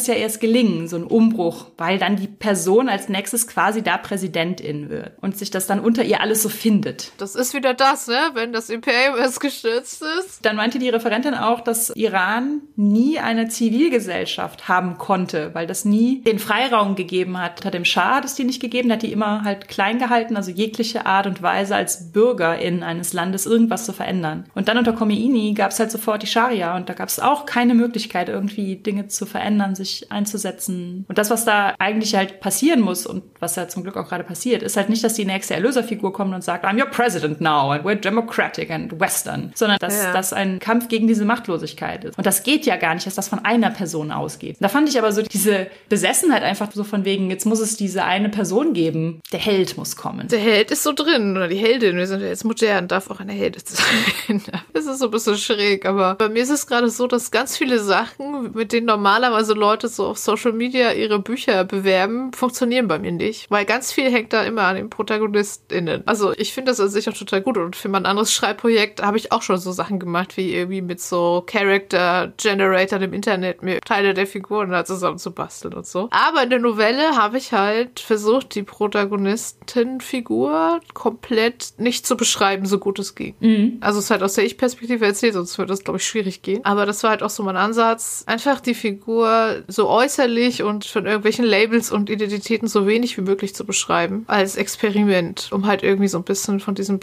gelingen, so ein Umbruch, weil dann die Person als nächstes quasi da Präsidentin wird und sich das dann unter ihr alles so findet. Das ist wieder das, ne? Wenn das Imperium erst gestürzt ist. Dann meinte die Referentin auch, dass Iran nie eine Zivilgesellschaft haben konnte, weil das nie den Freiraum gegeben hat. Hat dem Schah das die nicht gegeben, hat die immer halt klein gehalten, also jegliche Art und Weise als Bürgerin eines Landes irgendwas zu verändern. Und dann unter Khomeini gab es halt sofort die Scharia und da gab es auch keine Möglichkeit, irgendwie Dinge zu verändern, sich einzusetzen. Und das, was da eigentlich halt passieren muss und was ja zum Glück auch gerade passiert, ist halt nicht, dass die nächste Erlöserfigur kommt und sagt, I'm your president now and we're democratic and western, sondern dass das ein Kampf gegen diese Machtlosigkeit ist. Und das geht ja gar nicht, dass das von einer Person ausgeht. Da fand ich aber so diese Besessenheit einfach so von wegen, jetzt muss es diese eine Person geben, der Held muss kommen. Der Held ist so drin, oder die Heldin, wir sind ja jetzt modern, darf auch eine Heldin sein. Das ist so ein bisschen schräg, aber bei mir ist es gerade so, dass ganz viele Sachen, mit denen normalerweise Leute so auf Social Media ihre Bücher bewerben, funktionieren bei mir nicht. Weil ganz viel hängt da immer an den ProtagonistInnen. Also ich finde das an sich auch total gut und für mein anderes Schreibprojekt habe ich auch schon so Sachen gemacht, wie irgendwie mit so Character Generator im Internet mir Teile der Figuren da zusammen zu basteln und so. Aber in der Novelle habe ich halt versucht, die Protagonistin-Figur komplett nicht zu beschreiben, so gut es ging. Mhm. Also es ist halt aus der Ich-Perspektive erzählt, sonst würde das, glaube ich, schwierig gehen. Aber das war halt auch so mein Ansatz, einfach die Figur so äußerlich und von irgendwelchen Labels und Identitäten so wenig wie möglich zu beschreiben, als Experiment, um halt irgendwie so ein bisschen von diesem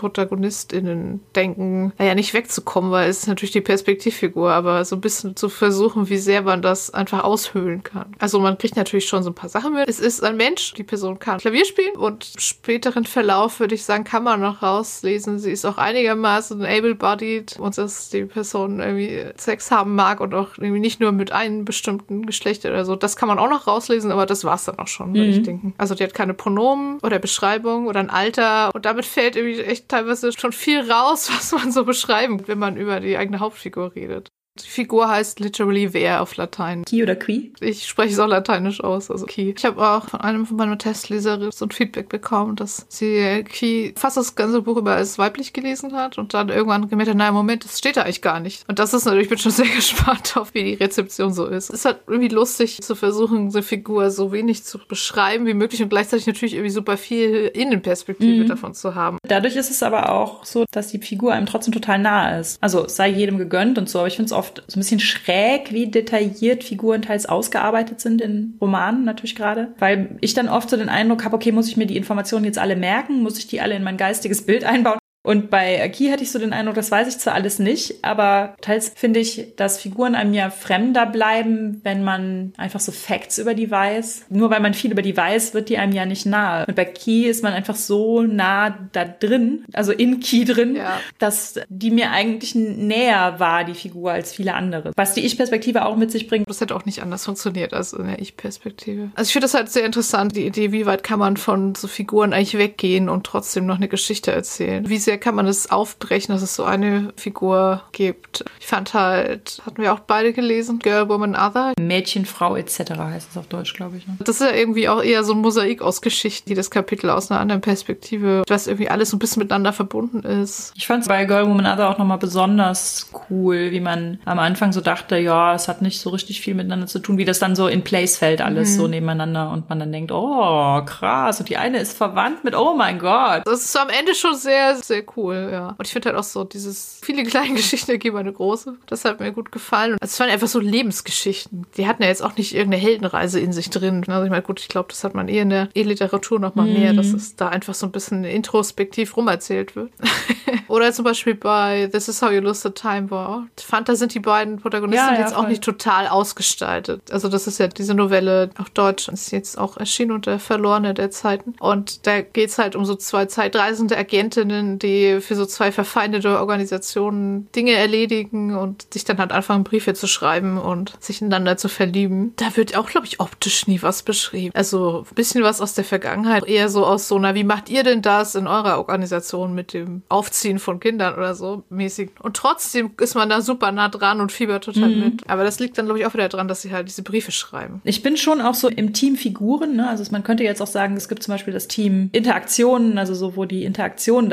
ProtagonistInnen-Denken, naja, nicht wegzukommen, weil es ist natürlich die Perspektivfigur, aber so ein bisschen zu versuchen, wie sehr man das einfach aushöhlen kann. Also man kriegt natürlich schon so ein paar Sachen mit. Es ist ein Mensch, die Person kann Klavier spielen und späteren Verlauf, würde ich sagen, kann man noch rauslesen. Sie ist auch einigermaßen able-bodied und dass die Person irgendwie Sex haben mag und auch irgendwie nicht nur mit einem bestimmten Geschlecht oder so. Das kann man auch noch rauslesen, aber das war's dann auch schon, würde ich denken. Also die hat keine Pronomen oder Beschreibung oder ein Alter und damit fällt irgendwie echt teilweise schon viel raus, was man so beschreiben, wenn man über die eigene Hauptfigur redet. Die Figur heißt literally wer auf Latein. Ki oder Qui? Ich spreche es auch lateinisch aus, also Ki. Ich habe auch von einem von meinen Testleserinnen so ein Feedback bekommen, dass sie Ki fast das ganze Buch über als weiblich gelesen hat und dann irgendwann gemerkt hat, naja, Moment, das steht da eigentlich gar nicht. Und das ist natürlich, ich bin schon sehr gespannt auf, wie die Rezeption so ist. Es ist halt irgendwie lustig zu versuchen, diese Figur so wenig zu beschreiben wie möglich und gleichzeitig natürlich irgendwie super viel Innenperspektive davon zu haben. Dadurch ist es aber auch so, dass die Figur einem trotzdem total nahe ist. Also es sei jedem gegönnt und so, aber ich finde es oft so ein bisschen schräg, wie detailliert Figuren teils ausgearbeitet sind in Romanen natürlich gerade. Weil ich dann oft so den Eindruck habe, okay, muss ich mir die Informationen jetzt alle merken? Muss ich die alle in mein geistiges Bild einbauen? Und bei Ki hatte ich so den Eindruck, das weiß ich zwar alles nicht, aber teils finde ich, dass Figuren einem ja fremder bleiben, wenn man einfach so Facts über die weiß. Nur weil man viel über die weiß, wird die einem ja nicht nahe. Und bei Ki ist man einfach so nah da drin, also in Ki drin, dass die mir eigentlich näher war, die Figur, als viele andere. Was die Ich-Perspektive auch mit sich bringt. Das hätte auch nicht anders funktioniert als in der Ich-Perspektive. Also ich finde das halt sehr interessant, die Idee, wie weit kann man von so Figuren eigentlich weggehen und trotzdem noch eine Geschichte erzählen. Wie sehr kann man es aufbrechen, dass es so eine Figur gibt. Ich fand halt, hatten wir auch beide gelesen, Girl, Woman, Other. Mädchen, Frau etc. heißt es auf Deutsch, glaube ich. Ne? Das ist ja irgendwie auch eher so ein Mosaik aus Geschichten, die das Kapitel aus einer anderen Perspektive, was irgendwie alles so ein bisschen miteinander verbunden ist. Ich fand es bei Girl, Woman, Other auch nochmal besonders cool, wie man am Anfang so dachte, ja, es hat nicht so richtig viel miteinander zu tun, wie das dann so in Place fällt, alles so nebeneinander und man dann denkt, oh, krass, und die eine ist verwandt mit, oh mein Gott. Das ist am Ende schon sehr, sehr cool, ja. Und ich finde halt auch so, viele kleine Geschichten ergeben eine große. Das hat mir gut gefallen. Also es waren einfach so Lebensgeschichten. Die hatten ja jetzt auch nicht irgendeine Heldenreise in sich drin. Also ich meine, gut, ich glaube, das hat man in der E-Literatur noch mal mehr, dass es da einfach so ein bisschen introspektiv rumerzählt wird. Oder zum Beispiel bei This Is How You Lose the Time War. Ich fand, da sind die beiden Protagonisten jetzt auch nicht total ausgestaltet. Also das ist ja diese Novelle, auf Deutsch, ist jetzt auch erschienen unter Verlorene der Zeiten. Und da geht's halt um so zwei zeitreisende Agentinnen, die für so zwei verfeindete Organisationen Dinge erledigen und sich dann halt anfangen, Briefe zu schreiben und sich ineinander zu verlieben. Da wird auch, glaube ich, optisch nie was beschrieben. Also ein bisschen was aus der Vergangenheit. Eher so aus so einer, wie macht ihr denn das in eurer Organisation mit dem Aufziehen von Kindern oder so mäßig. Und trotzdem ist man da super nah dran und fiebert total mit. Aber das liegt dann, glaube ich, auch wieder dran, dass sie halt diese Briefe schreiben. Ich bin schon auch so im Team Figuren, ne? Also man könnte jetzt auch sagen, es gibt zum Beispiel das Team Interaktionen, also so, wo die Interaktion das ist,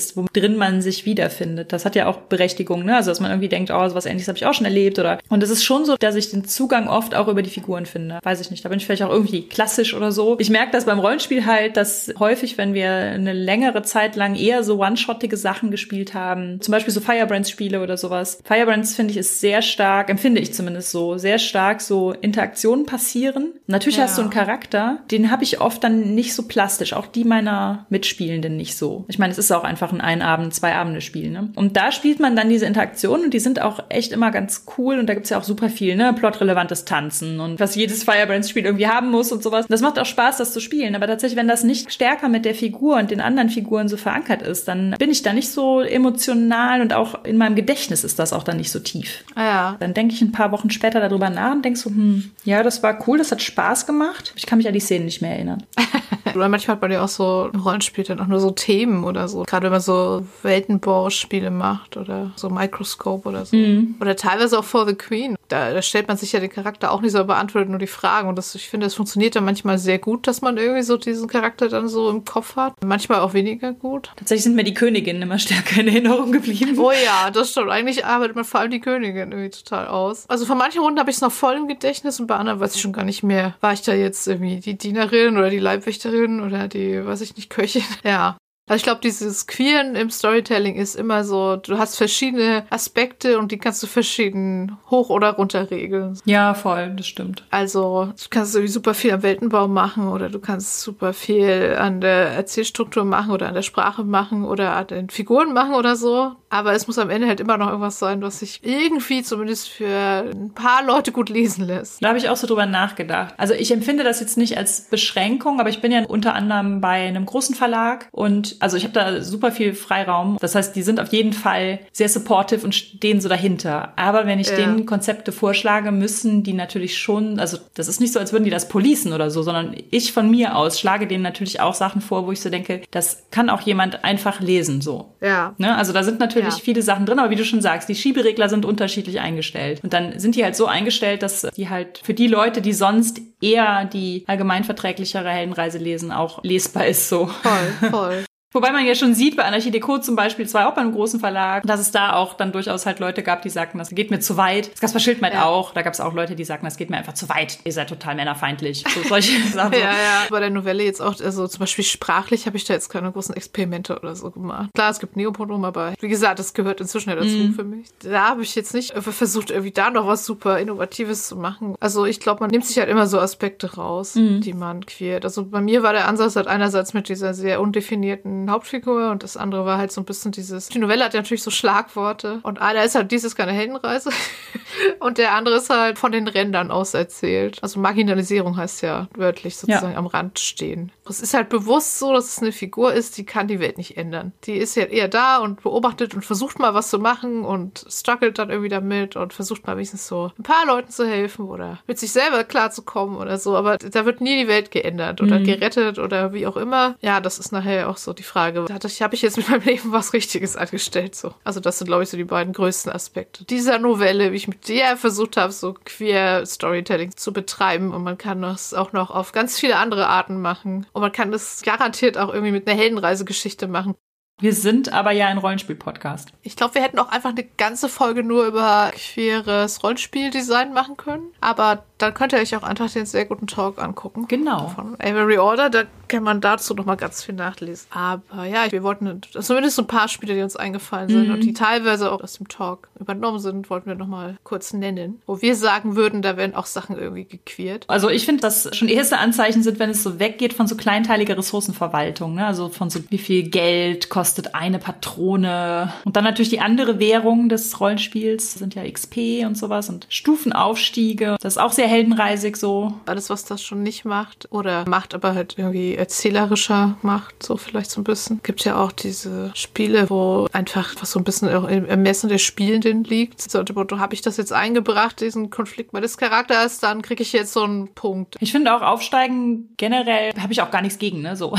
ist, wo drin man sich wiederfindet. Das hat ja auch Berechtigung, ne? Also dass man irgendwie denkt, oh, sowas Ähnliches habe ich auch schon erlebt oder. Und es ist schon so, dass ich den Zugang oft auch über die Figuren finde. Weiß ich nicht, da bin ich vielleicht auch irgendwie klassisch oder so. Ich merke das beim Rollenspiel halt, dass häufig, wenn wir eine längere Zeit lang eher so one-shottige Sachen gespielt haben, zum Beispiel so Firebrands-Spiele oder sowas. Firebrands, finde ich, ist sehr stark, empfinde ich zumindest so, sehr stark so Interaktionen passieren. Natürlich hast du einen Charakter, den habe ich oft dann nicht so plastisch, auch die meiner Mitspielenden nicht so. Ich meine, es ist auch einfach ein Abend, 2 Abende Spiel, ne? Und da spielt man dann diese Interaktionen und die sind auch echt immer ganz cool und da gibt's ja auch super viel, ne? Plotrelevantes Tanzen und was jedes Firebrands-Spiel irgendwie haben muss und sowas. Das macht auch Spaß, das zu spielen, aber tatsächlich, wenn das nicht stärker mit der Figur und den anderen Figuren so verankert ist, dann bin ich da nicht so emotional und auch in meinem Gedächtnis ist das auch dann nicht so tief. Ja. Dann denke ich ein paar Wochen später darüber nach und denke so, ja, das war cool, das hat Spaß gemacht. Ich kann mich an die Szenen nicht mehr erinnern. Oder manchmal hat man ja auch so im Rollenspiel dann auch nur so Themen oder so. Gerade wenn man so Weltenbauspiele macht oder so Microscope oder so. Oder teilweise auch For the Queen. Da stellt man sich ja den Charakter auch nicht so, beantwortet nur die Fragen. Und ich finde, das funktioniert dann manchmal sehr gut, dass man irgendwie so diesen Charakter dann so im Kopf hat. Manchmal auch weniger gut. Tatsächlich sind mir die Königinnen immer stärker in Erinnerung geblieben. Oh ja, das stimmt. Eigentlich arbeitet man vor allem die Königin irgendwie total aus. Also von manchen Runden habe ich es noch voll im Gedächtnis und bei anderen weiß ich schon gar nicht mehr. War ich da jetzt irgendwie die Dienerin oder die Leibwächterin oder die, weiß ich nicht, Köchin? Ja. Also ich glaube, dieses Queeren im Storytelling ist immer so, du hast verschiedene Aspekte und die kannst du verschieden hoch oder runter regeln. Ja, voll, das stimmt. Also du kannst irgendwie super viel am Weltenbau machen oder du kannst super viel an der Erzählstruktur machen oder an der Sprache machen oder an den Figuren machen oder so. Aber es muss am Ende halt immer noch irgendwas sein, was sich irgendwie zumindest für ein paar Leute gut lesen lässt. Da habe ich auch so drüber nachgedacht. Also ich empfinde das jetzt nicht als Beschränkung, aber ich bin ja unter anderem bei einem großen Verlag und also ich habe da super viel Freiraum. Das heißt, die sind auf jeden Fall sehr supportive und stehen so dahinter. Aber wenn ich denen Konzepte vorschlage, müssen die natürlich schon, also das ist nicht so, als würden die das policen oder so, sondern ich von mir aus schlage denen natürlich auch Sachen vor, wo ich so denke, das kann auch jemand einfach lesen, so. Ja. Ne? Also da sind natürlich viele Sachen drin, aber wie du schon sagst, die Schieberegler sind unterschiedlich eingestellt. Und dann sind die halt so eingestellt, dass die halt für die Leute, die sonst eher die allgemeinverträglichere Heldenreise lesen, auch lesbar ist, so. Voll. Wobei man ja schon sieht, bei Anarchie Decode zum Beispiel, zwar auch bei einem großen Verlag, dass es da auch dann durchaus halt Leute gab, die sagten, das geht mir zu weit. Das Kaspar Schildmeid auch. Da gab es auch Leute, die sagten, das geht mir einfach zu weit. Ihr seid total männerfeindlich. So solche Sachen. Ja. Bei der Novelle jetzt auch, also zum Beispiel sprachlich habe ich da jetzt keine großen Experimente oder so gemacht. Klar, es gibt Neopronomen, aber wie gesagt, das gehört inzwischen ja dazu für mich. Da habe ich jetzt nicht versucht, irgendwie da noch was super Innovatives zu machen. Also ich glaube, man nimmt sich halt immer so Aspekte raus, die man queert. Also bei mir war der Ansatz halt einerseits mit dieser sehr undefinierten Hauptfigur und das andere war halt so ein bisschen die Novelle hat ja natürlich so Schlagworte und einer ist halt, dies ist keine Heldenreise und der andere ist halt von den Rändern aus erzählt. Also Marginalisierung heißt ja wörtlich sozusagen am Rand stehen. Es ist halt bewusst so, dass es eine Figur ist, die kann die Welt nicht ändern. Die ist ja eher da und beobachtet und versucht mal was zu machen und struggelt dann irgendwie damit und versucht mal wenigstens so ein paar Leuten zu helfen oder mit sich selber klarzukommen oder so, aber da wird nie die Welt geändert oder gerettet oder wie auch immer. Ja, das ist nachher auch so die Frage, habe ich jetzt mit meinem Leben was Richtiges angestellt? So. Also das sind, glaube ich, so die beiden größten Aspekte dieser Novelle, wie ich mit der versucht habe, so queer Storytelling zu betreiben und man kann das auch noch auf ganz viele andere Arten machen und man kann das garantiert auch irgendwie mit einer Heldenreisegeschichte machen. Wir sind aber ja ein Rollenspiel-Podcast. Ich glaube, wir hätten auch einfach eine ganze Folge nur über queeres Rollenspieldesign machen können. Aber dann könnt ihr euch auch einfach den sehr guten Talk angucken. Genau. Von Avery Order, da kann man dazu noch mal ganz viel nachlesen. Aber ja, wir wollten zumindest so ein paar Spiele, die uns eingefallen sind und die teilweise auch aus dem Talk übernommen sind, wollten wir noch mal kurz nennen. Wo wir sagen würden, da werden auch Sachen irgendwie gequeert. Also ich finde, dass schon erste Anzeichen sind, wenn es so weggeht von so kleinteiliger Ressourcenverwaltung. Ne? Also von so wie viel Geld kostet eine Patrone. Und dann natürlich die andere Währung des Rollenspiels sind ja XP und sowas und Stufenaufstiege. Das ist auch sehr heldenreisig so. Alles, was das schon nicht macht oder macht, aber halt irgendwie erzählerischer macht, so vielleicht so ein bisschen. Gibt ja auch diese Spiele, wo einfach was so ein bisschen auch im Ermessen der Spielenden liegt. So, habe ich das jetzt eingebracht, diesen Konflikt meines Charakters, dann kriege ich jetzt so einen Punkt. Ich finde auch Aufsteigen generell, habe ich auch gar nichts gegen, ne, so.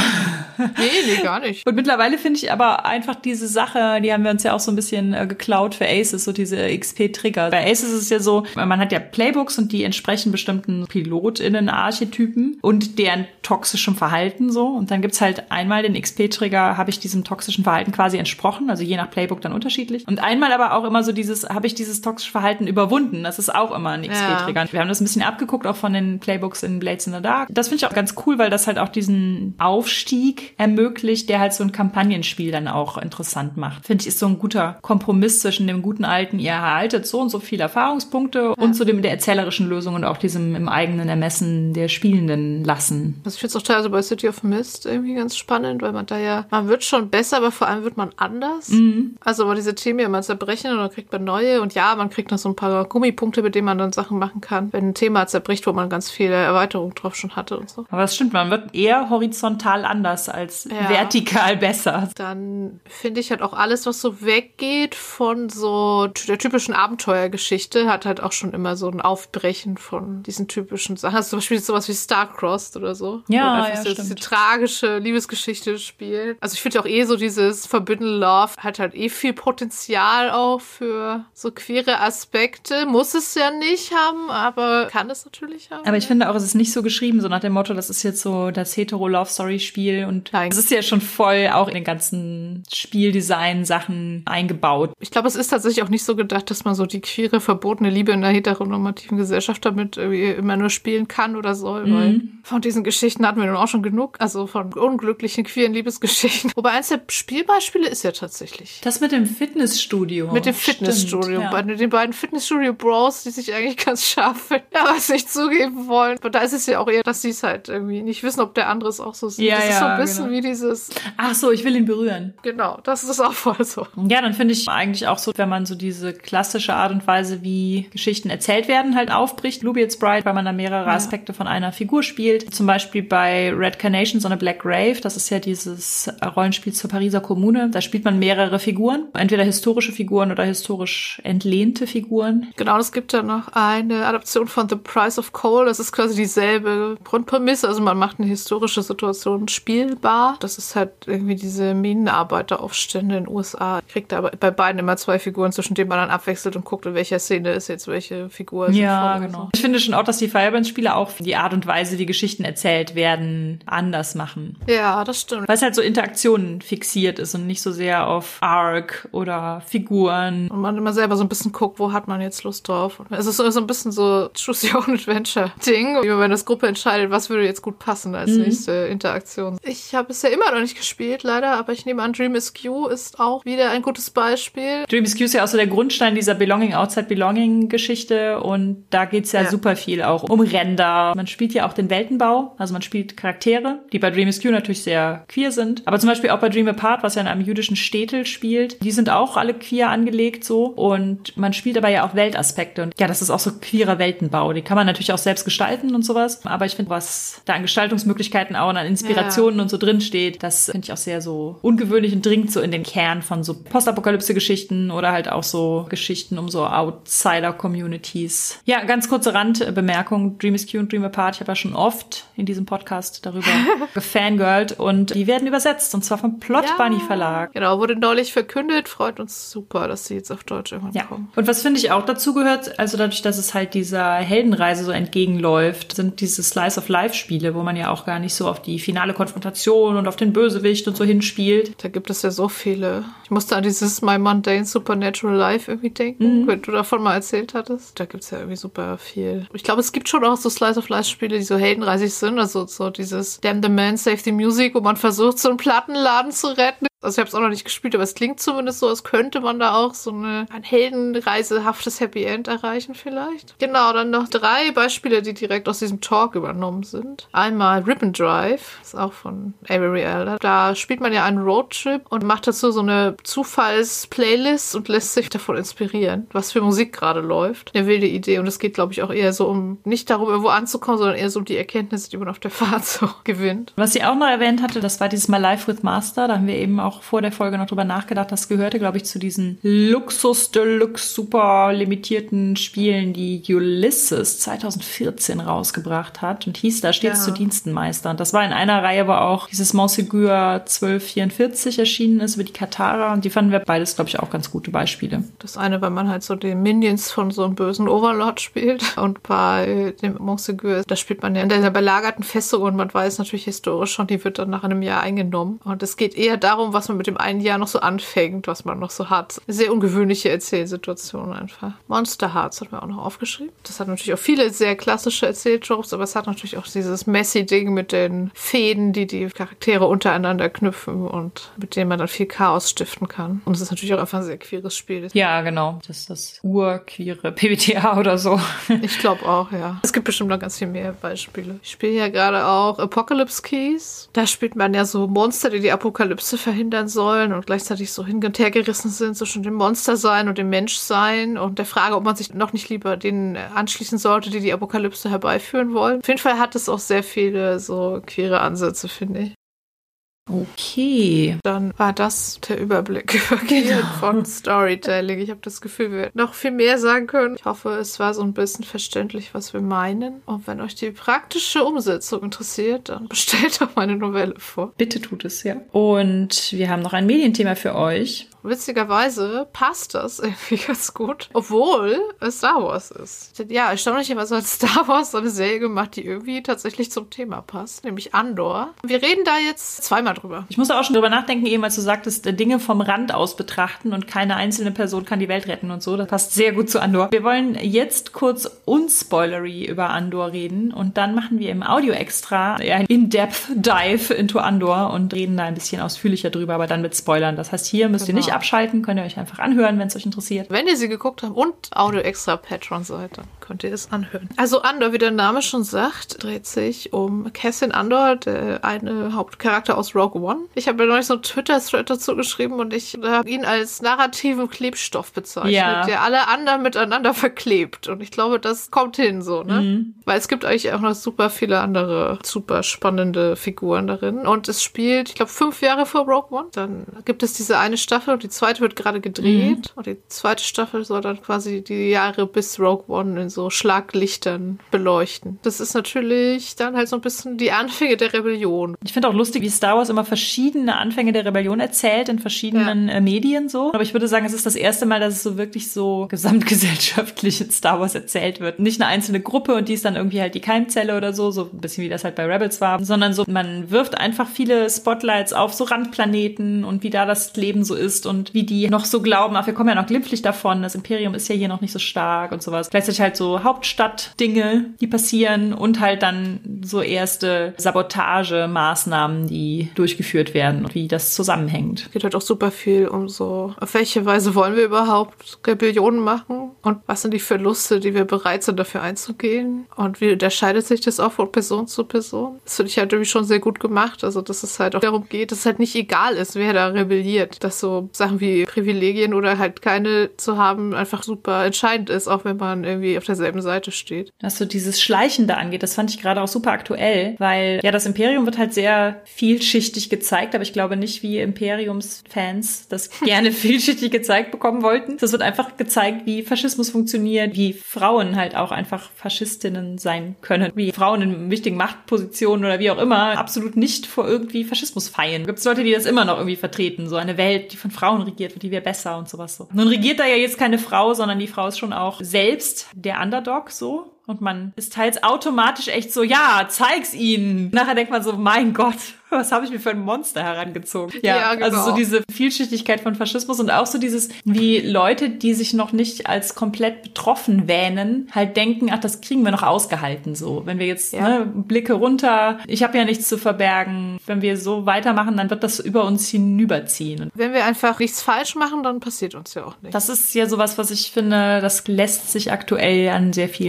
Nee, gar nicht. Und mittlerweile finde ich aber einfach diese Sache, die haben wir uns ja auch so ein bisschen geklaut für Aces, so diese XP-Trigger. Bei Aces ist es ja so, man hat ja Playbooks und die entsprechen entsprechen bestimmten PilotInnen-Archetypen und deren toxischem Verhalten so. Und dann gibt's halt einmal den XP-Trigger, habe ich diesem toxischen Verhalten quasi entsprochen, also je nach Playbook dann unterschiedlich. Und einmal aber auch immer so habe ich dieses toxische Verhalten überwunden. Das ist auch immer ein XP-Trigger. Wir haben das ein bisschen abgeguckt, auch von den Playbooks in Blades in the Dark. Das finde ich auch ganz cool, weil das halt auch diesen Aufstieg ermöglicht, der halt so ein Kampagnenspiel dann auch interessant macht. Finde ich, ist so ein guter Kompromiss zwischen dem guten alten, ihr erhaltet so und so viele Erfahrungspunkte und zu dem der erzählerischen Lösung und auch diesem im eigenen Ermessen der Spielenden lassen. Also ich finde es auch teilweise bei City of Mist irgendwie ganz spannend, weil man wird schon besser, aber vor allem wird man anders. Mhm. Also aber diese Themen immer zerbrechen und dann kriegt man neue und ja, man kriegt noch so ein paar Gummipunkte, mit denen man dann Sachen machen kann, wenn ein Thema zerbricht, wo man ganz viele Erweiterungen drauf schon hatte und so. Aber das stimmt, man wird eher horizontal anders als vertikal besser. Dann finde ich halt auch alles, was so weggeht von so der typischen Abenteuergeschichte, hat halt auch schon immer so ein Aufbrechen von diesen typischen Sachen. Also zum Beispiel sowas wie Starcrossed oder so. Ja, wo einfach diese tragische Liebesgeschichte spielt. Also ich finde auch so dieses Forbidden Love hat halt viel Potenzial auch für so queere Aspekte. Muss es ja nicht haben, aber kann es natürlich haben. Aber ich finde auch, es ist nicht so geschrieben, so nach dem Motto, das ist jetzt so das Hetero-Love-Story-Spiel und es ist ja schon voll auch in den ganzen Spieldesign-Sachen eingebaut. Ich glaube, es ist tatsächlich auch nicht so gedacht, dass man so die queere, verbotene Liebe in der heteronormativen Gesellschaft damit irgendwie immer nur spielen kann oder soll, weil von diesen Geschichten hatten wir nun auch schon genug, also von unglücklichen queeren Liebesgeschichten. Wobei eins der Spielbeispiele ist ja tatsächlich das mit dem Fitnessstudio. Mit dem Fitnessstudio. Ja. Bei den beiden Fitnessstudio-Bros, die sich eigentlich ganz scharf finden, aber es nicht zugeben wollen. Und da ist es ja auch eher, dass sie es halt irgendwie nicht wissen, ob der andere es auch so sieht. Ja, das ist so ein bisschen wie dieses... Ach so, ich will ihn berühren. Genau, das ist auch voll so. Ja, dann finde ich eigentlich auch so, wenn man so diese klassische Art und Weise, wie Geschichten erzählt werden, halt aufbricht. Bluebeard's Bride, weil man da mehrere Aspekte von einer Figur spielt. Zum Beispiel bei Red Carnation, so eine Black Grave. Das ist ja dieses Rollenspiel zur Pariser Kommune. Da spielt man mehrere Figuren. Entweder historische Figuren oder historisch entlehnte Figuren. Genau, es gibt ja noch eine Adaption von The Price of Coal. Das ist quasi dieselbe Grundprämisse. Also man macht eine historische Situation spielbar. Das ist halt irgendwie diese Minenarbeiteraufstände in den USA. Kriegt aber bei beiden immer zwei Figuren, zwischen denen man dann abwechselt und guckt, in welcher Szene ist jetzt welche Figur. Ja, genau. So. Ich finde schon auch, dass die Firebrand-Spiele auch die Art und Weise, wie Geschichten erzählt werden, anders machen. Ja, das stimmt. Weil es halt so Interaktionen fixiert ist und nicht so sehr auf Arc oder Figuren. Und man immer selber so ein bisschen guckt, wo hat man jetzt Lust drauf. Es ist so ein bisschen so Choose Your Own Adventure-Ding, wenn das Gruppe entscheidet, was würde jetzt gut passen als nächste Interaktion. Ich habe es ja immer noch nicht gespielt, leider, aber ich nehme an, Dream Askew ist auch wieder ein gutes Beispiel. Dream Askew ist ja auch so der Grundstein dieser Belonging, Outside Belonging-Geschichte und da geht's ja super viel auch um Render. Man spielt ja auch den Weltenbau, also man spielt Charaktere, die bei Dream Askew natürlich sehr queer sind, aber zum Beispiel auch bei Dream Apart, was ja in einem jüdischen Städtel spielt, die sind auch alle queer angelegt so und man spielt aber ja auch Weltaspekte und ja, das ist auch so queerer Weltenbau. Die kann man natürlich auch selbst gestalten und sowas, aber ich finde, was da an Gestaltungsmöglichkeiten auch und an Inspirationen und so drin steht, das finde ich auch sehr so ungewöhnlich und dringt so in den Kern von so Postapokalypse-Geschichten oder halt auch so Geschichten um so Outsider-Communities. Ja, ganz kurze Randbemerkung, Dream Askew und Dream Apart, ich habe ja schon oft in diesem Podcast darüber gefangirlt und die werden übersetzt und zwar vom Plot Bunny Verlag. Genau, wurde neulich verkündet, freut uns super, dass sie jetzt auf Deutsch irgendwann kommen. Und was finde ich auch dazu gehört, also dadurch, dass es halt dieser Heldenreise so entgegenläuft, sind diese Slice-of-Life-Spiele, wo man ja auch gar nicht so auf die finale Konfrontation und auf den Bösewicht und so hinspielt. Da gibt es ja so viele. Ich musste an dieses My Mundane Supernatural Life irgendwie denken, wenn du davon mal erzählt hattest. Da gibt es ja irgendwie super viel. Ich glaube, es gibt schon auch so Slice-of-Life-Spiele, die so heldenreisig sind, also so dieses Damn the Man, Save the Music, wo man versucht, so einen Plattenladen zu retten. Also ich habe es auch noch nicht gespielt, aber es klingt zumindest so, als könnte man da auch so ein heldenreisehaftes Happy End erreichen vielleicht. Genau, dann noch 3 Beispiele, die direkt aus diesem Talk übernommen sind. Einmal Rip and Drive, ist auch von Avery Alder. Da spielt man ja einen Roadtrip und macht dazu so eine Zufalls-Playlist und lässt sich davon inspirieren, was für Musik gerade läuft. Eine wilde Idee und es geht, glaube ich, auch eher so um, nicht darum, irgendwo anzukommen, sondern eher so um die Erkenntnisse, die man auf der Fahrt so gewinnt. Was sie auch noch erwähnt hatte, das war dieses My Life with Master, da haben wir eben auch auch vor der Folge noch drüber nachgedacht. Das gehörte, glaube ich, zu diesen Luxus-Deluxe, super limitierten Spielen, die Ulysses 2014 rausgebracht hat und hieß da stets zu Diensten, Meister. Und das war in einer Reihe, wo auch dieses Montségur 1244 erschienen ist, über die Katara. Und die fanden wir beides, glaube ich, auch ganz gute Beispiele. Das eine, weil man halt so die Minions von so einem bösen Overlord spielt. Und bei dem Montségur, da spielt man ja in der belagerten Festung und man weiß natürlich historisch schon, die wird dann nach einem Jahr eingenommen. Und es geht eher darum, was man mit dem einen Jahr noch so anfängt, was man noch so hat. Sehr ungewöhnliche Erzählsituation einfach. Monster Hearts hat man auch noch aufgeschrieben. Das hat natürlich auch viele sehr klassische Erzähltropes, aber es hat natürlich auch dieses Messy-Ding mit den Fäden, die Charaktere untereinander knüpfen und mit denen man dann viel Chaos stiften kann. Und es ist natürlich auch einfach ein sehr queeres Spiel. Ja, genau. Das ist das urqueere PBTA oder so. Ich glaube auch, ja. Es gibt bestimmt noch ganz viel mehr Beispiele. Ich spiele ja gerade auch Apocalypse Keys. Da spielt man ja so Monster, die Apokalypse verhindern sollen und gleichzeitig so hin und her gerissen sind zwischen dem Monster sein und dem Menschsein und der Frage, ob man sich noch nicht lieber denen anschließen sollte, die Apokalypse herbeiführen wollen. Auf jeden Fall hat es auch sehr viele so queere Ansätze, finde ich. Okay. Dann war das der Überblick von Storytelling. Ich habe das Gefühl, wir hätten noch viel mehr sagen können. Ich hoffe, es war so ein bisschen verständlich, was wir meinen. Und wenn euch die praktische Umsetzung interessiert, dann bestellt doch meine Novelle vor. Bitte tut es, ja. Und wir haben noch ein Medienthema für euch. Witzigerweise passt das irgendwie ganz gut, obwohl es Star Wars ist. Ja, erstaunlicherweise hat Star Wars eine Serie gemacht, die irgendwie tatsächlich zum Thema passt, nämlich Andor. Wir reden da jetzt zweimal drüber. Ich musste auch schon drüber nachdenken, eben als du sagtest, Dinge vom Rand aus betrachten und keine einzelne Person kann die Welt retten und so. Das passt sehr gut zu Andor. Wir wollen jetzt kurz unspoilery über Andor reden und dann machen wir im Audio-Extra ein In-Depth-Dive into Andor und reden da ein bisschen ausführlicher drüber, aber dann mit Spoilern. Das heißt, hier müsst ihr nicht abschalten, könnt ihr euch einfach anhören, wenn es euch interessiert. Wenn ihr sie geguckt habt und Audio-Extra Patreon seid, dann könnt ihr es anhören. Also Andor, wie der Name schon sagt, dreht sich um Cassian Andor, der eine Hauptcharakter aus Rogue One. Ich habe ja neulich so einen Twitter-Thread dazu geschrieben und ich habe ihn als narrativen Klebstoff bezeichnet, der alle anderen miteinander verklebt. Und ich glaube, das kommt hin so, ne? Mhm. Weil es gibt eigentlich auch noch super viele andere super spannende Figuren darin. Und es spielt, ich glaube, 5 Jahre vor Rogue One. Dann gibt es diese eine Staffel und die zweite wird gerade gedreht. Und die zweite Staffel soll dann quasi die Jahre bis Rogue One in so Schlaglichtern beleuchten. Das ist natürlich dann halt so ein bisschen die Anfänge der Rebellion. Ich finde auch lustig, wie Star Wars immer verschiedene Anfänge der Rebellion erzählt in verschiedenen Medien so. Aber ich würde sagen, es ist das erste Mal, dass es so wirklich so gesamtgesellschaftlich in Star Wars erzählt wird. Nicht eine einzelne Gruppe und die ist dann irgendwie halt die Keimzelle oder so ein bisschen wie das halt bei Rebels war, sondern so, man wirft einfach viele Spotlights auf so Randplaneten und wie da das Leben so ist und wie die noch so glauben, ach, wir kommen ja noch glimpflich davon, das Imperium ist ja hier noch nicht so stark und sowas. Gleichzeitig halt so Hauptstadtdinge, die passieren und halt dann so erste Sabotagemaßnahmen, die durchgeführt werden und wie das zusammenhängt. Es geht halt auch super viel um so, auf welche Weise wollen wir überhaupt Rebellionen machen und was sind die Verluste, die wir bereit sind, dafür einzugehen und wie unterscheidet sich das auch von Person zu Person. Das finde ich halt irgendwie schon sehr gut gemacht, also dass es halt auch darum geht, dass es halt nicht egal ist, wer da rebelliert, dass so Sachen wie Privilegien oder halt keine zu haben einfach super entscheidend ist, auch wenn man irgendwie auf derselben Seite steht. Was so dieses Schleichende angeht, das fand ich gerade auch super aktuell, weil ja das Imperium wird halt sehr vielschichtig gezeigt, aber ich glaube nicht, wie Imperiumsfans das gerne vielschichtig gezeigt bekommen wollten. Das wird einfach gezeigt, wie Faschismus funktioniert, wie Frauen halt auch einfach Faschistinnen sein können, wie Frauen in wichtigen Machtpositionen oder wie auch immer absolut nicht vor irgendwie Faschismus feiern. Gibt es Leute, die das immer noch irgendwie vertreten, so eine Welt, die von Frauen regiert wird, die wäre besser und sowas so. Nun regiert da ja jetzt keine Frau, sondern die Frau ist schon auch selbst der Underdog so. Und man ist teils automatisch echt so, ja, zeig's ihnen. Nachher denkt man so, mein Gott, was habe ich mir für ein Monster herangezogen? Ja, genau. Also so diese Vielschichtigkeit von Faschismus und auch so dieses, wie Leute, die sich noch nicht als komplett betroffen wähnen, halt denken, ach, das kriegen wir noch ausgehalten so. Wenn wir jetzt Blicke runter, ich habe ja nichts zu verbergen. Wenn wir so weitermachen, dann wird das über uns hinüberziehen. Und wenn wir einfach nichts falsch machen, dann passiert uns ja auch nichts. Das ist ja sowas, was ich finde, das lässt sich aktuell an sehr vielen verschiedenen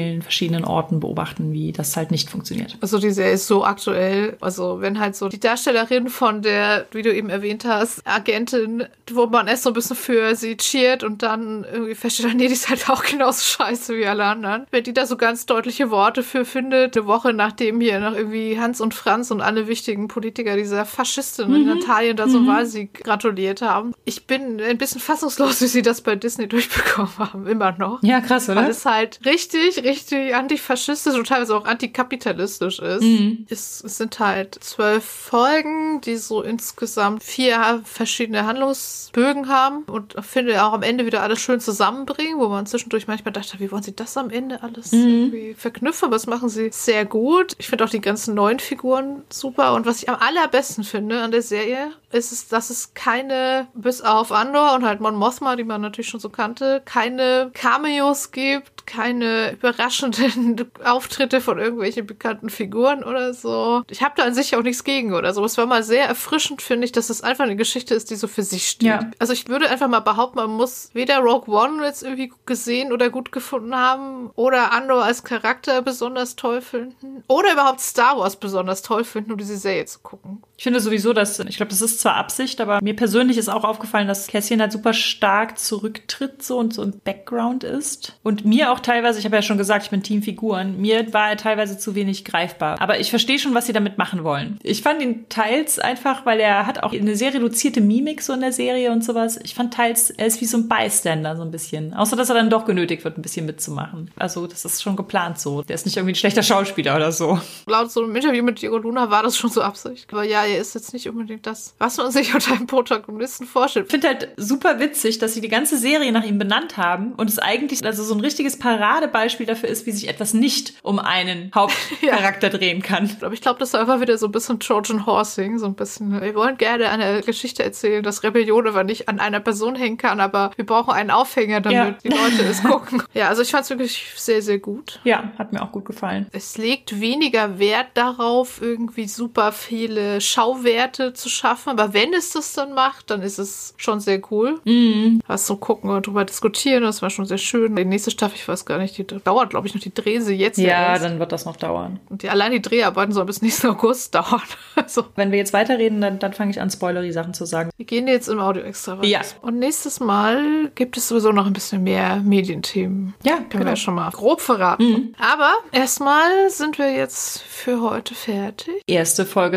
verschiedenen Orten beobachten, wie das halt nicht funktioniert. Also die Serie ist so aktuell, also wenn halt so die Darstellerin von der, wie du eben erwähnt hast, Agentin, wo man erst so ein bisschen für sie cheert und dann irgendwie feststellt, nee, die ist halt auch genauso scheiße wie alle anderen. Wenn die da so ganz deutliche Worte für findet, eine Woche nachdem hier noch irgendwie Hans und Franz und alle wichtigen Politiker dieser Faschistin in Italien da so Wahlsieg gratuliert haben. Ich bin ein bisschen fassungslos, wie sie das bei Disney durchbekommen haben, immer noch. Ja, krass, oder? Weil es halt richtig, richtig antifaschistisch und teilweise auch antikapitalistisch ist. Es sind halt 12 Folgen, die so insgesamt 4 verschiedene Handlungsbögen haben und finde auch am Ende wieder alles schön zusammenbringen, wo man zwischendurch manchmal dachte, wie wollen sie das am Ende alles irgendwie verknüpfen, aber das machen sie sehr gut. Ich finde auch die ganzen neuen Figuren super und was ich am allerbesten finde an der Serie, ist es, dass es keine, bis auf Andor und halt Mon Mothma, die man natürlich schon so kannte, keine Cameos gibt, keine überraschenden Auftritte von irgendwelchen bekannten Figuren oder so. Ich habe da an sich auch nichts gegen oder so. Es war mal sehr erfrischend, finde ich, dass es einfach eine Geschichte ist, die so für sich steht. Ja. Also ich würde einfach mal behaupten, man muss weder Rogue One jetzt irgendwie gesehen oder gut gefunden haben oder Andor als Charakter besonders toll finden oder überhaupt Star Wars besonders toll finden, um diese Serie zu gucken. Ich finde sowieso, ich glaube, das ist zwar Absicht, aber mir persönlich ist auch aufgefallen, dass Cassian halt super stark zurücktritt so und so ein Background ist. Und mir auch teilweise, ich habe ja schon gesagt, ich bin Teamfiguren, mir war er teilweise zu wenig greifbar. Aber ich verstehe schon, was sie damit machen wollen. Ich fand ihn teils einfach, weil er hat auch eine sehr reduzierte Mimik so in der Serie und sowas. Ich fand teils, er ist wie so ein Bystander so ein bisschen. Außer, dass er dann doch genötigt wird, ein bisschen mitzumachen. Also das ist schon geplant so. Der ist nicht irgendwie ein schlechter Schauspieler oder so. Laut so einem Interview mit Diego Luna war das schon so Absicht. Aber ja, er ist jetzt nicht unbedingt das, was man sich unter einem Protagonisten vorstellt. Ich finde halt super witzig, dass sie die ganze Serie nach ihm benannt haben und es eigentlich also so ein richtiges Paradebeispiel dafür ist, wie sich etwas nicht um einen Hauptcharakter drehen kann. Aber ich glaube, das war einfach wieder so ein bisschen Trojan Horsing, so ein bisschen, wir wollen gerne eine Geschichte erzählen, dass Rebellion aber nicht an einer Person hängen kann, aber wir brauchen einen Aufhänger, damit die Leute es gucken. Ja, also ich fand es wirklich sehr, sehr gut. Ja, hat mir auch gut gefallen. Es legt weniger Wert darauf, irgendwie super viele Schauwerte zu schaffen, aber wenn es das dann macht, dann ist es schon sehr cool. Was so gucken und drüber diskutieren, das war schon sehr schön. Die nächste Staffel, ich weiß gar nicht, die dauert, glaube ich, noch, die drehen sie jetzt. Ja, dann wird das noch dauern. Und allein die Dreharbeiten sollen bis nächsten August dauern. Also, wenn wir jetzt weiterreden, dann fange ich an, Spoilery-Sachen zu sagen. Wir gehen jetzt im Audio-Extra weiter. Ja. Und nächstes Mal gibt es sowieso noch ein bisschen mehr Medienthemen. Ja, können wir ja schon mal grob verraten. Aber erstmal sind wir jetzt für heute fertig. Erste Folge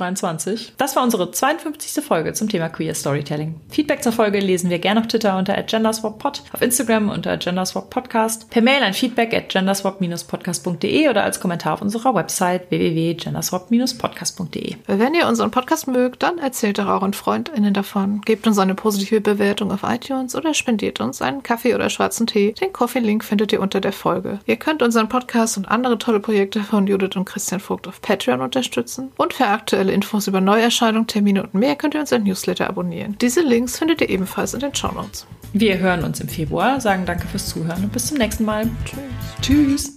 2023. Das war unsere 52. Folge zum Thema Queer Storytelling. Feedback zur Folge lesen wir gerne auf Twitter unter @genderswappod, auf Instagram unter @genderswappodcast, per Mail an feedback@genderswap-podcast.de oder als Kommentar auf unserer Website www.genderswap-podcast.de. Wenn ihr unseren Podcast mögt, dann erzählt doch euren FreundInnen davon. Gebt uns eine positive Bewertung auf iTunes oder spendiert uns einen Kaffee oder schwarzen Tee. Den Coffee-Link findet ihr unter der Folge. Ihr könnt unseren Podcast und andere tolle Projekte von Judith und Christian Vogt auf Patreon unterstützen. Und für aktuelle Infos über Neuerscheinungen, Termine und mehr könnt ihr unseren Newsletter abonnieren. Diese Links findet ihr ebenfalls in den Shownotes. Wir hören uns im Februar, sagen danke fürs Zuhören und bis zum nächsten Mal. Tschüss.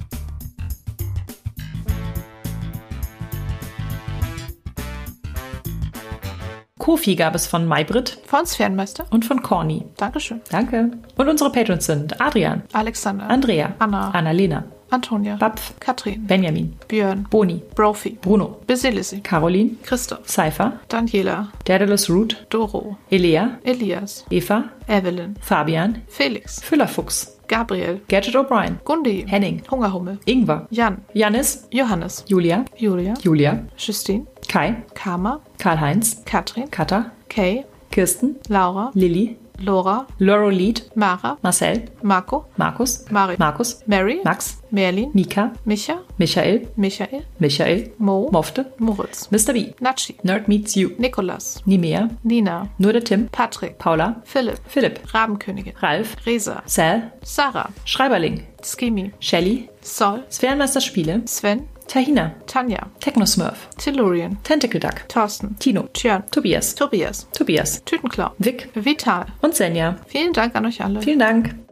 Kofi gab es von Maybrit, von Sphärenmeister und von Corny. Dankeschön. Danke. Und unsere Patrons sind Adrian, Alexander, Andrea, Anna, Annalena, Antonia, Bapf, Katrin, Benjamin, Björn, Boni, Brophy, Bruno, Basilissi, Caroline, Christoph, Cypher, Daniela, Daedalus Root, Doro, Elea, Elias, Eva, Evelyn, Fabian, Felix, Füllerfuchs, Gabriel, Gadget O'Brien, Gundi, Henning, Hungerhummel, Ingwer, Jan, Janis, Johannes, Julia, Julia, Julia, Justine, Kai, Karma, Karl-Heinz, Katrin, Katha, Kay, Kirsten, Laura, Lilly, Laura, Laurelid, Mara, Marcel, Marco, Markus, Mari, Markus, Mary, Max, Merlin, Mika, Micha, Michael, Michael, Michael, Mo, Mofte, Moritz, Mr. B, Natschi, Nerd Meets You, Nikolas, Nimea, Nina, Nur der Tim, Patrick, Paula, Philipp, Philipp, Rabenkönigin, Ralf, Resa, Sal, Sarah, Schreiberling, Skimi, Shelly, Sol, Sphärenmeister Spiele, Sven, Tahina, Tanja, Technosmurf, Tellurian, Tentacle Duck, Thorsten, Tino, Tjörn, Tobias, Tobias, Tobias, Tütenklau, Vic Vital. und Senja. Vielen Dank an euch alle. Vielen Dank.